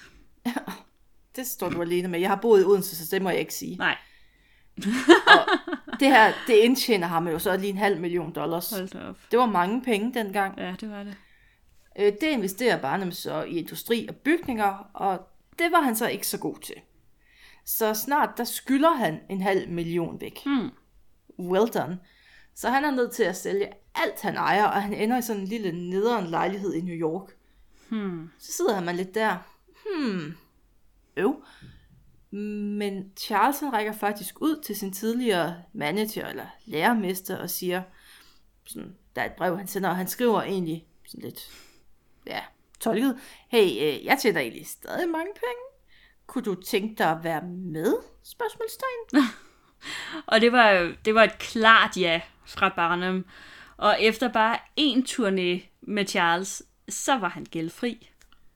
Det står du alene med. Jeg har boet i Odense, så det må jeg ikke sige. Nej. Og det her, det indtjener ham jo så lige en halv million dollars. Hold da op. Det var mange penge dengang. Ja, det var det. Det investerer Barnum så i industri og bygninger, og det var han så ikke så god til. Så snart der skylder han en halv million væk. Hmm. Well done. Så han er nødt til at sælge alt han ejer, og han ender i sådan en lille nederen lejlighed i New York. Hmm. Så sidder man lidt der. Hmm. Øv. Men Charles han rækker faktisk ud til sin tidligere manager eller lærermester og siger, sådan, der er et brev han sender, og han skriver egentlig sådan lidt, ja, tolket. Hey, øh, jeg tjener egentlig stadig mange penge. Kunne du tænke dig at være med? Spørgsmålstegn. Og det var jo det var et klart ja fra Barnum. Og efter bare én turné med Charles, så var han gældfri.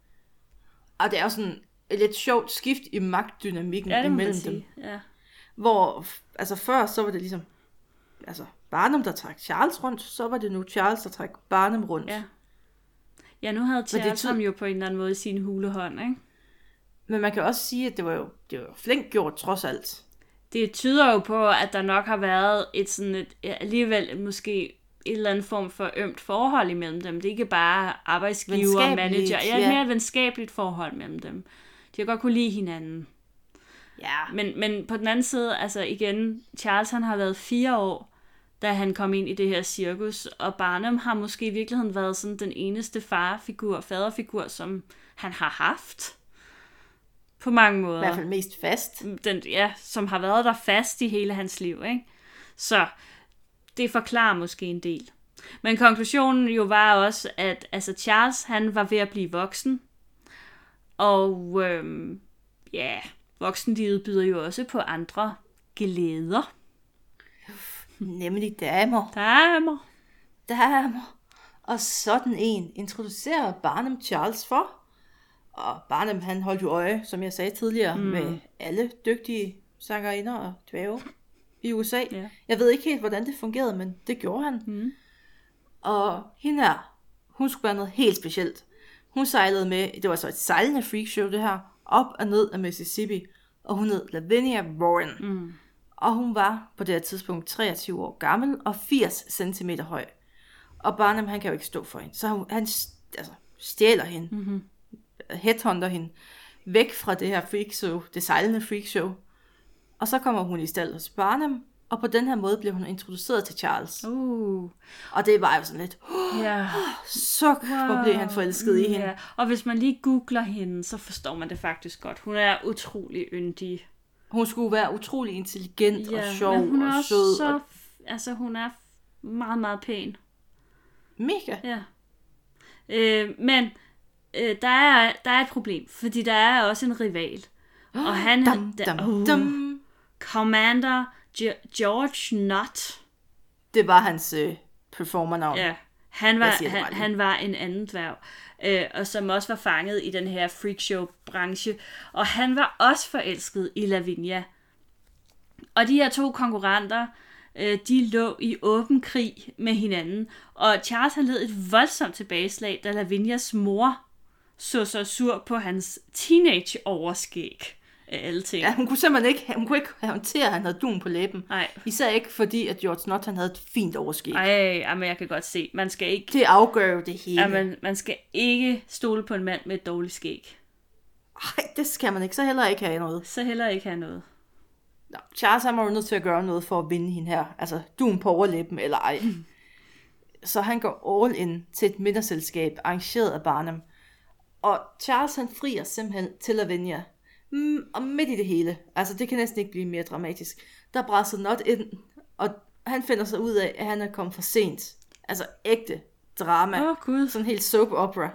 Og det er jo sådan et lidt sjovt skift i magtdynamikken ja, imellem dem. Ja. Hvor, altså før, så var det ligesom, altså Barnum, der trak Charles rundt, så var det nu Charles, der trak Barnum rundt. Ja, ja nu havde Charles ty- ham jo på en eller anden måde i sin hulehånd, ikke? Men man kan også sige, at det var jo, det var jo flink gjort, trods alt. Det tyder jo på, at der nok har været et sådan et, alligevel måske et eller andet form for ømt forhold imellem dem. Det er ikke bare arbejdsgiver og manager. Ja, et mere venskabeligt forhold mellem dem. De har godt kunne lide hinanden. Ja. Men, men på den anden side, altså igen, Charles han har været fire år, da han kom ind i det her cirkus, og Barnum har måske i virkeligheden været sådan den eneste farfigur, faderfigur, som han har haft. På mange måder. I hvert fald mest fast. Den, ja, som har været der fast i hele hans liv, ikke? Så det forklarer måske en del. Men konklusionen jo var også, at altså Charles, han var ved at blive voksen. Og øhm, ja, voksenlivet byder jo også på andre glæder. Nemlig damer. Damer. damer. Og sådan en introducerer Barnum Charles for. Og Barnum, han holdt jo øje, som jeg sagde tidligere, mm. med alle dygtige sangerinder og dvæve i U S A. Ja. Jeg ved ikke helt, hvordan det fungerede, men det gjorde han. Mm. Og hende her, hun skulle være noget helt specielt. Hun sejlede med, det var så et sejlende freakshow det her, op og ned af Mississippi. Og hun hed Lavinia Warren. Mm. Og hun var på det her tidspunkt treogtyve år gammel og firs centimeter høj. Og Barnum, han kan jo ikke stå for hende. Så han, han altså, stjæler hende. Mm-hmm. Headhunter hende. Væk fra det her freakshow, det sejlende freakshow. Og så kommer hun i stald hos Barnum. Og på den her måde blev hun introduceret til Charles. Uh. Og det var jo sådan lidt, yeah. suk, wow. Hvor blev han forelsket i hende. Yeah. Og hvis man lige googler hende, så forstår man det faktisk godt. Hun er utrolig yndig. Hun skulle være utrolig intelligent yeah. og sjov hun er og sød. Så, og... altså hun er meget, meget pæn. Mega. Ja. Øh, men øh, der, er, der er et problem, fordi der er også en rival. Og han dum, der, dum, uh, dum. Commander Ge- George Nott. Det var hans øh, performernavn. Ja, han var, han, han var en anden dværg, øh, og som også var fanget i den her freakshow-branche. Og han var også forelsket i Lavinia. Og de her to konkurrenter, øh, de lå i åben krig med hinanden. Og Charles han led et voldsomt tilbageslag, da Lavinias mor så så sur på hans teenage-overskæg. Alle ting. Ja, hun kunne simpelthen ikke, hun kunne ikke håndtere, at han havde dun på læben. Nej. Især ikke fordi, at George Nott han havde et fint overskæg. Ej, men jeg kan godt se, man skal ikke... Det afgør jo det hele. Ja, man, man skal ikke stole på en mand med et dårligt skæg. Nej, det skal man ikke. Så heller ikke have noget. Så heller ikke have noget. Nå, Charles han var jo nødt til at gøre noget for at vinde hende her. Altså, dun på overlæben eller ej. Så han går all in til et middagsselskab, arrangeret af Barnum. Og Charles han frier simpelthen til Lavinia. Mm, og midt i det hele, altså det kan næsten ikke blive mere dramatisk, der brasser Nott ind, og han finder sig ud af, at han er kommet for sent. Altså ægte drama. Åh, Gud. Sådan helt soap opera.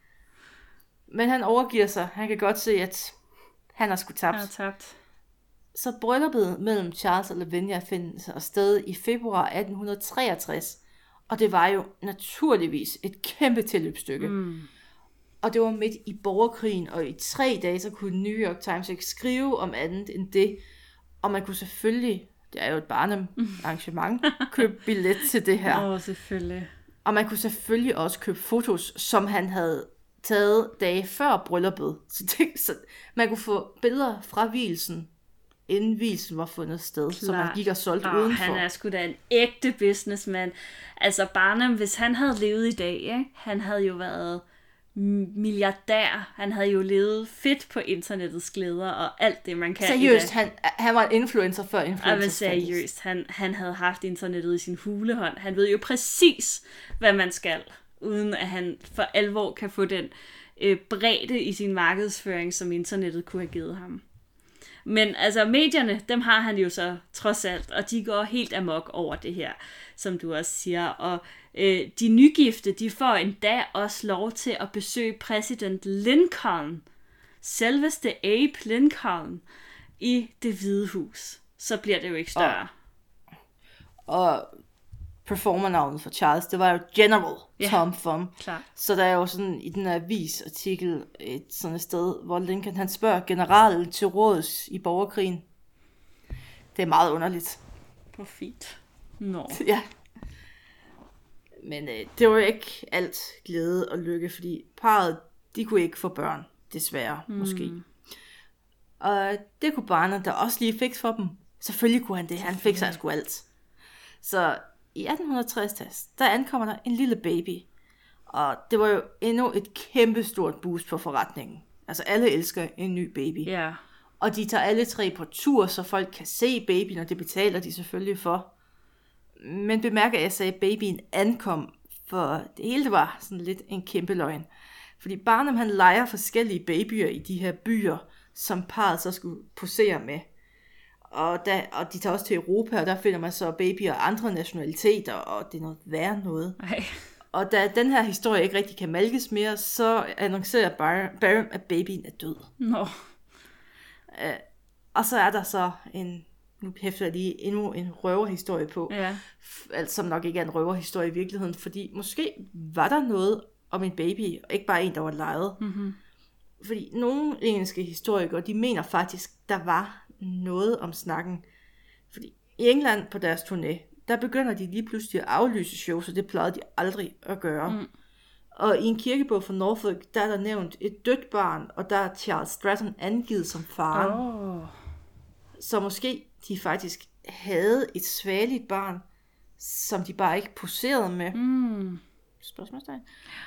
Men han overgiver sig. Han kan godt se, at han har sgu tabt. Han har tabt. Så brylluppet mellem Charles og Lavinia finder sig afsted i februar atten treogtres. Og det var jo naturligvis et kæmpe tilløbsstykke. Mm. Og det var midt i borgerkrigen, og i tre dage, så kunne New York Times ikke skrive om andet end det. Og man kunne selvfølgelig, det er jo et Barnum-arrangement, købe billet til det her. Åh, oh, selvfølgelig. Og man kunne selvfølgelig også købe fotos, som han havde taget dage før brylluppet. Så, det, så man kunne få billeder fra vielsen, inden vielsen var fundet sted, så man gik og solgte oh, udenfor. Han er sgu da en ægte businessman. Altså Barnum, hvis han havde levet i dag, ikke? Han havde jo været milliardær. Han havde jo levet fedt på internettets glæder og alt det, man kan. Seriøst, han, han var en influencer før influencer. Ja, men seriøst, han, han havde haft internettet i sin hulehånd. Han ved jo præcis, hvad man skal, uden at han for alvor kan få den øh, bredde i sin markedsføring, som internettet kunne have givet ham. Men altså medierne, dem har han jo så trods alt, og de går helt amok over det her, som du også siger. Og øh, de nygifte, de får endda også lov til at besøge præsident Lincoln, selveste Abe Lincoln, i Det Hvide Hus. Så bliver det jo ikke større. Og, og performernavnet for Charles, det var jo General ja, Tom Thumb. Klar. Så der er jo sådan i den her avisartikel et sådan et sted, hvor Lincoln han spørger generalen til råds i borgerkrigen. Det er meget underligt. Hvor fint. Nå. Ja. Men øh, det var jo ikke alt glæde og lykke, fordi parret, de kunne ikke få børn, desværre, mm. måske. Og det kunne Barnum, der også lige fik for dem. Selvfølgelig kunne han det, han fik sig sgu alt. Så i atten tres, der ankommer der en lille baby. Og det var jo endnu et kæmpestort boost på forretningen. Altså alle elsker en ny baby. Yeah. Og de tager alle tre på tur, så folk kan se babyen, og det betaler de selvfølgelig for. Men bemærk, at jeg sagde, at babyen ankom, for det hele var sådan lidt en kæmpe løgn. Fordi Barnum han leger forskellige babyer i de her byer, som parret så skulle posere med. Og, der, og de tager også til Europa, og der finder man så babyer af andre nationaliteter, og det er noget værre noget. Ej. Og da den her historie ikke rigtig kan malkes mere, så annoncerer Barnum, at babyen er død. Nå. Uh, og så er der så en nu hæfter jeg lige endnu en røverhistorie på, Ja. altså, som nok ikke er en røverhistorie i virkeligheden, fordi måske var der noget om en baby, og ikke bare en, der var lejet. Mm-hmm. Fordi nogle engelske historikere, de mener faktisk, der var noget om snakken. Fordi i England på deres turné, der begynder de lige pludselig at aflyse shows, og det plejede de aldrig at gøre. Mm. Og i en kirkebog fra Norfolk, der er der nævnt et dødt barn, og der er Charles Stratton angivet som faren. Oh. Så måske de faktisk havde et svageligt barn, som de bare ikke poserede med. Mm. Spørgsmålstegn.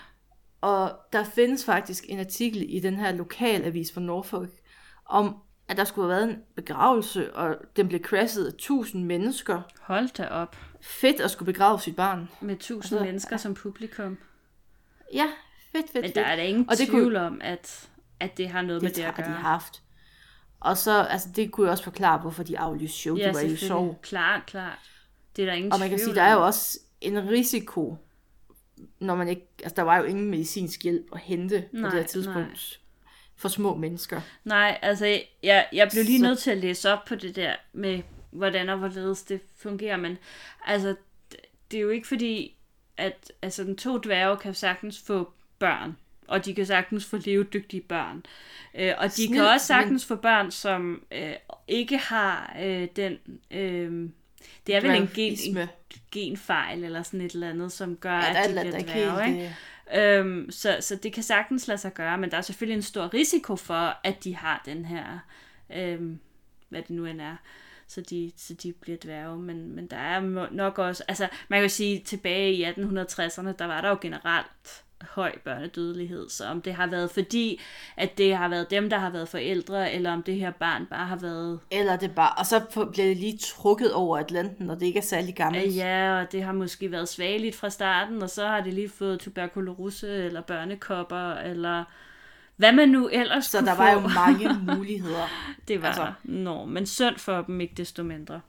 Og der findes faktisk en artikel i den her lokalavis fra Norfolk, om at der skulle have været en begravelse, og den blev crashet af tusind mennesker. Hold da op. Fedt at skulle begrave sit barn. Med tusind altså, mennesker ja. som publikum. Ja, fedt, fedt, Men der er der ingen og det tvivl kunne, om, at, at det har noget det med det at gøre. Det har de haft. Og så, altså det kunne jeg også forklare, hvorfor de aflyste show. Ja, de var jo sov. Klart, klart. Det er der ingen Og man kan tvivl sige, der er jo også en risiko, når man ikke, altså der var jo ingen medicinsk hjælp at hente nej, på det her tidspunkt nej. for små mennesker. Nej, altså jeg, jeg blev lige så... nødt til at læse op på det der med, hvordan og hvorledes det fungerer, men altså det er jo ikke fordi, at altså den to dværge kan sagtens få børn, og de kan sagtens få levedygtige børn. Øh, og de Snil, kan også sagtens men... få børn, som øh, ikke har øh, den... Øh, det er vel en, gen, en genfejl, eller sådan et eller andet, som gør, ja, at de bliver dværge, ikke? Øhm, så, så det kan sagtens lade sig gøre, men der er selvfølgelig en stor risiko for, at de har den her... Øhm, hvad det nu end er. Så de, så de bliver dværge, men, men der er nok også... Altså, man kan jo sige, tilbage i atten tresserne, der var der jo generelt høj børnedødelighed, så om det har været fordi, at det har været dem, der har været forældre, eller om det her barn bare har været... Eller det bare... Og så bliver det lige trukket over Atlanten, når det ikke er særlig gammelt. Ja, og det har måske været svageligt fra starten, og så har det lige fået tuberkulose, eller børnekopper, eller hvad man nu ellers så kunne der få. var jo mange muligheder. Det var altså. der. Nå, men synd for dem ikke desto mindre.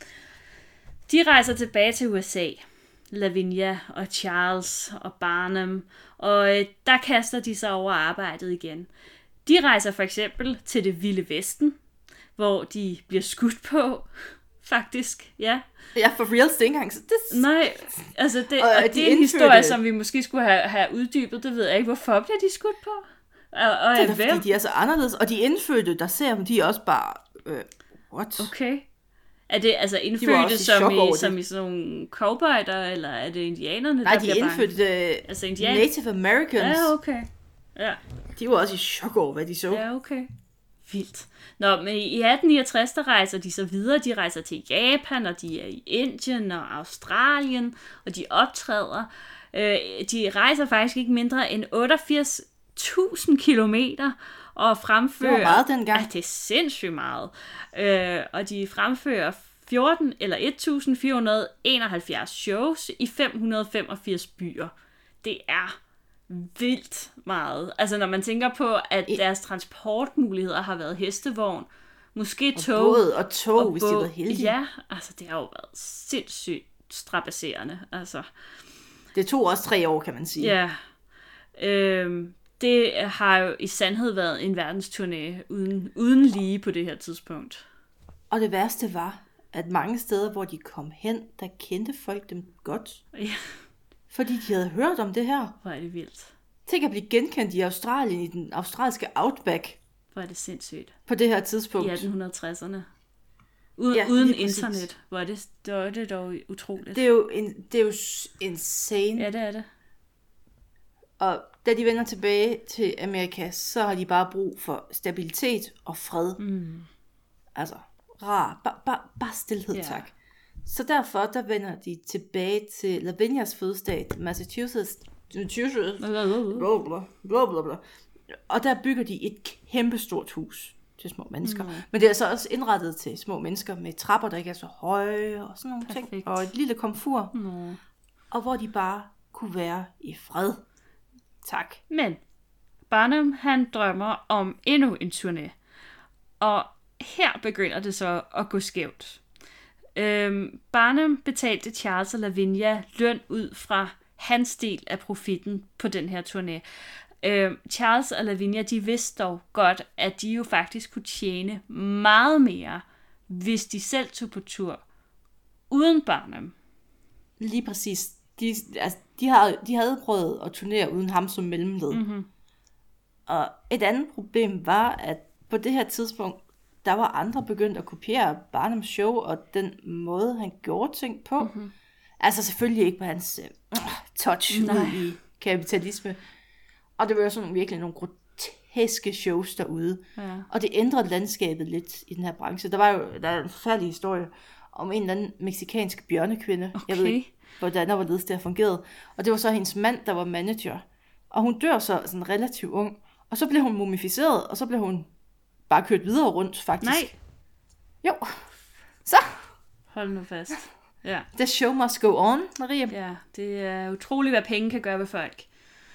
De rejser tilbage til U S A. Lavinia og Charles og Barnum, og øh, der kaster de sig over arbejdet igen. De rejser for eksempel til det vilde vesten, hvor de bliver skudt på, faktisk, ja. Ja, for real stingang. Det... Nej, altså det, og, og og det er en historie, som vi måske skulle have, have uddybet, det ved jeg ikke. Hvorfor bliver de skudt på? Og, og det er da, fordi de er så anderledes, og de indfødte, der ser dem, de er også bare, øh, what? Okay. Er det altså indfødte som i, som i sådan nogle cowboyder, eller er det indianerne, nej, der de bliver indfødte bange? Altså indian... Native Americans. Ja, okay. Ja. De var også i chok over, hvad de så. Ja, okay. Vildt. Nå, men i atten niogtres, der rejser de så videre. De rejser til Japan, og de er i Indien og Australien, og de optræder. Øh, de rejser faktisk ikke mindre end otteogfirs tusind kilometer, og fremfører... Det var meget dengang. Ja, det er sindssygt meget. Øh, og de fremfører fjorten eller et tusind fire hundrede enoghalvfjerds shows i fem hundrede og femogfirs byer. Det er vildt meget. Altså når man tænker på, at deres transportmuligheder har været hestevogn, måske tog... Og båd og tog, og hvis de var heldige. Ja, altså det har jo været sindssygt strabasserende. Altså. Det tog også tre år, kan man sige. Ja. Øhm, det har jo i sandhed været en verdensturné uden, uden lige på det her tidspunkt. Og det værste var, at mange steder, hvor de kom hen, der kendte folk dem godt. Ja. Fordi de havde hørt om det her. Hvor er det vildt. Tænk at blive genkendt i Australien, i den australske outback. Hvor er det sindssygt. På det her tidspunkt. I atten tresserne. Uden, ja, uden internet. Hvor er det, det er det dog utroligt. Det er jo, en, det er jo insane. Ja, det er det. Og da de vender tilbage til Amerika, så har de bare brug for stabilitet og fred. Mm. Altså, rar. Bare, bare, bare stillhed, yeah. Tak. Så derfor, der vender de tilbage til Lavinias fødestat, Massachusetts. Massachusetts. Blablabla. Blablabla. Og der bygger de et kæmpestort hus til små mennesker. Mm. Men det er så også indrettet til små mennesker med trapper, der ikke er så høje og sådan nogle Perfekt. ting. Og et lille komfur. Mm. Og hvor de bare kunne være i fred. Tak. Men Barnum, han drømmer om endnu en turné. Og her begynder det så at gå skævt. Øhm, Barnum betalte Charles og Lavinia løn ud fra hans del af profitten på den her turné. Øhm, Charles og Lavinia, de vidste dog godt, at de jo faktisk kunne tjene meget mere hvis de selv tog på tur uden Barnum. Lige præcis. De, altså, de, havde, de havde prøvet at turnere uden ham som mellemled. Mm-hmm. Og et andet problem var, at på det her tidspunkt, der var andre begyndt at kopiere Barnums show, og den måde, han gjorde ting på. Mm-hmm. Altså selvfølgelig ikke på hans uh, touch Nej. ud i kapitalisme. Og det var jo sådan virkelig nogle groteske shows derude. Ja. Og det ændrede landskabet lidt i den her branche. Der var jo der er en forfærdelig historie om en eller anden mexikansk bjørnekvinde. Okay. Jeg ved ikke, hvordan og hvorledes det har fungeret. Og det var så hendes mand, der var manager. Og hun dør så sådan relativt ung. Og så blev hun mumificeret, og så blev hun bare kørt videre rundt, faktisk. Nej. Jo. Så. Hold nu fast. Ja. The show must go on, Marie. Ja, det er utroligt, hvad penge kan gøre ved folk.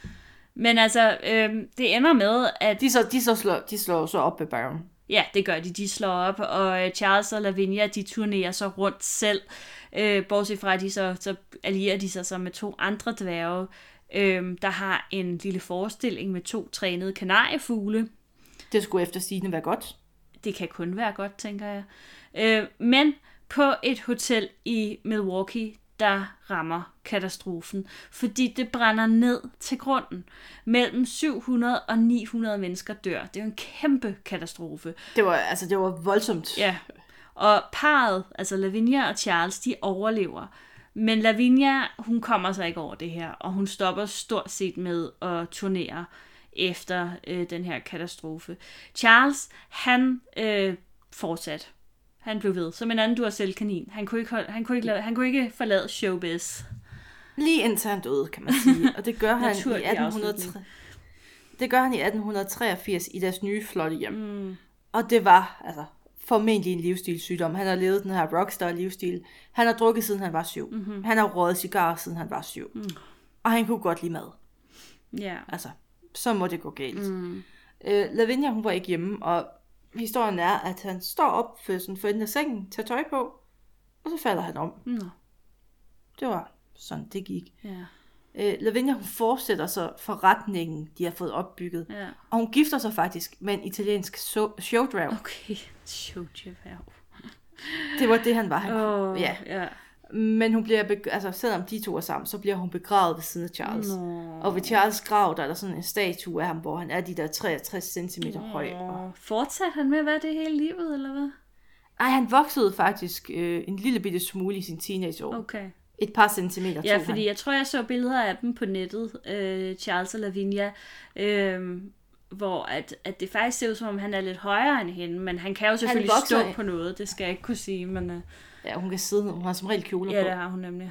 Men altså, øh, det ender med, at... De, så, de, så slår, de slår så op med Byron. Ja, det gør de. De slår op, og Charles og Lavinia, de turnerer så rundt selv. Øh, bortset fra, at de så, så allierer de sig så med to andre dværge, øh, der har en lille forestilling med to trænede kanariefugle. Det skulle efter sigende være godt. Det kan kun være godt, tænker jeg. Øh, men på et hotel i Milwaukee, der rammer katastrofen, fordi det brænder ned til grunden. Mellem syv hundrede og ni hundrede mennesker dør. Det er jo en kæmpe katastrofe. Det var, altså, det var voldsomt. Ja, og parret, altså Lavinia og Charles, de overlever. Men Lavinia, hun kommer sig ikke over det her, og hun stopper stort set med at turnere efter øh, den her katastrofe. Charles, han øh, fortsat. Han blev ved, som en anden Duracell-kanin. Han kunne ikke, holde, han kunne ikke, lade, han kunne ikke forlade showbiz. Lige indtil han døde, kan man sige. Og det gør han i atten tre... Det gør han i atten treogfirs i deres nye flotte hjem. Mm. Og det var altså formentlig en livsstilssygdom. Han har levet den her rockstar-livsstil. Han har drukket siden han var syv. Mm-hmm. Han har røget cigarer siden han var syv. Mm. Og han kunne godt lide mad. Ja. Yeah. Altså, så må det gå galt. Mm. Øh, Lavinia, hun var ikke hjemme, og historien er, at han står op for, sådan, for enden af sengen, tager tøj på, og så falder han om. Mm. Det var sådan, det gik. Ja. Øh, Lavinia, hun fortsætter så forretningen, de har fået opbygget. Ja. Og hun gifter sig faktisk med en italiensk so- showdwerg. Okay, showdwerg. Det var det, han var. Han, oh, ja. ja. Men hun bliver, beg- altså selvom de to er sammen, så bliver hun begravet ved siden af Charles. No. Og ved Charles' grav, der er der sådan en statue af ham, hvor han er de der treogtres centimeter oh. høj. Og... Fortsatte han med at være det hele livet, eller hvad? Ej, han voksede faktisk øh, en lille bitte smule i sin teenageår. Okay. Et par centimeter Ja, tog fordi han. jeg tror, jeg så billeder af dem på nettet, øh, Charles og Lavinia, øh, hvor at, at det faktisk ser ud som om, han er lidt højere end hende, men han kan jo selvfølgelig stå af på noget, det skal jeg ikke kunne sige, men... Øh, ja, hun kan sidde, hun har som regel kjoler ja, på. det har hun nemlig.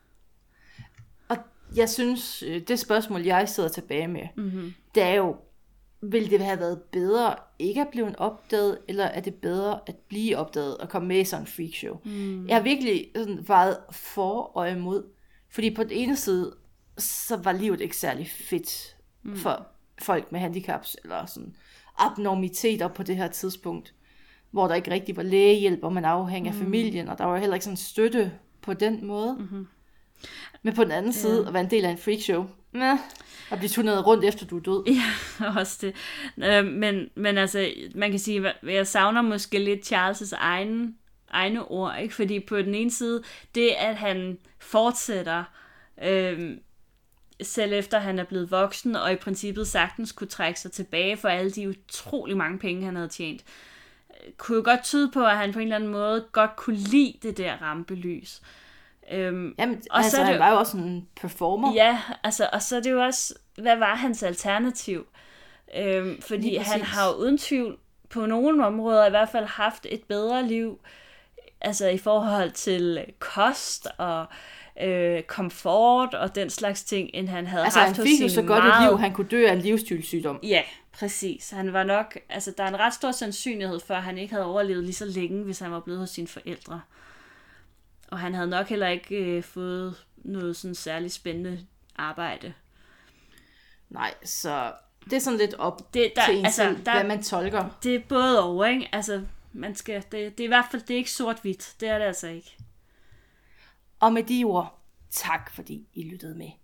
Og jeg synes, det spørgsmål, jeg sidder tilbage med, Mm-hmm. det er jo, ville det have været bedre ikke at blive opdaget, eller er det bedre at blive opdaget og komme med i sådan en freakshow? Mm. Jeg har virkelig sådan vejet for og imod, fordi på den ene side, så var livet ikke særlig fedt mm. for folk med handicaps, eller sådan abnormiteter på det her tidspunkt, hvor der ikke rigtig var lægehjælp, og man afhænger af mm. familien, og der var heller ikke sådan støtte på den måde. Mm-hmm. Men på den anden side, yeah. at være en del af en freakshow, meh, at blive turneret rundt efter du er død. Ja, også det. Øh, men, men altså, man kan sige, at jeg savner måske lidt Charles' egen, egne ord, ikke? Fordi på den ene side, det at han fortsætter, øh, selv efter han er blevet voksen, og i princippet sagtens kunne trække sig tilbage for alle de utrolig mange penge, han havde tjent, kunne jo godt tyde på, at han på en eller anden måde godt kunne lide det der rampelys. Øhm, Jamen, og altså, så han det, var jo også en performer. Ja, altså, og så er det jo også, hvad var hans alternativ? Øhm, fordi han har jo uden tvivl på nogle områder i hvert fald haft et bedre liv, altså i forhold til kost og øh, komfort og den slags ting, end han havde altså, haft hos sin Altså han fik jo så godt meget... et liv, han kunne dø af en livsstilssygdom. Ja, præcis. Han var nok, altså der er en ret stor sandsynlighed for, at han ikke havde overlevet lige så længe, hvis han var blevet hos sine forældre. Og han havde nok heller ikke øh, fået noget sådan særligt spændende arbejde. Nej, så det er sådan lidt op det, der, til en altså, selv, der, hvad man tolker. Det er både over, ikke? Altså, man skal, det, det er i hvert fald det er ikke sort-hvidt. Det er det altså ikke. Og med de ord, tak fordi I lyttede med.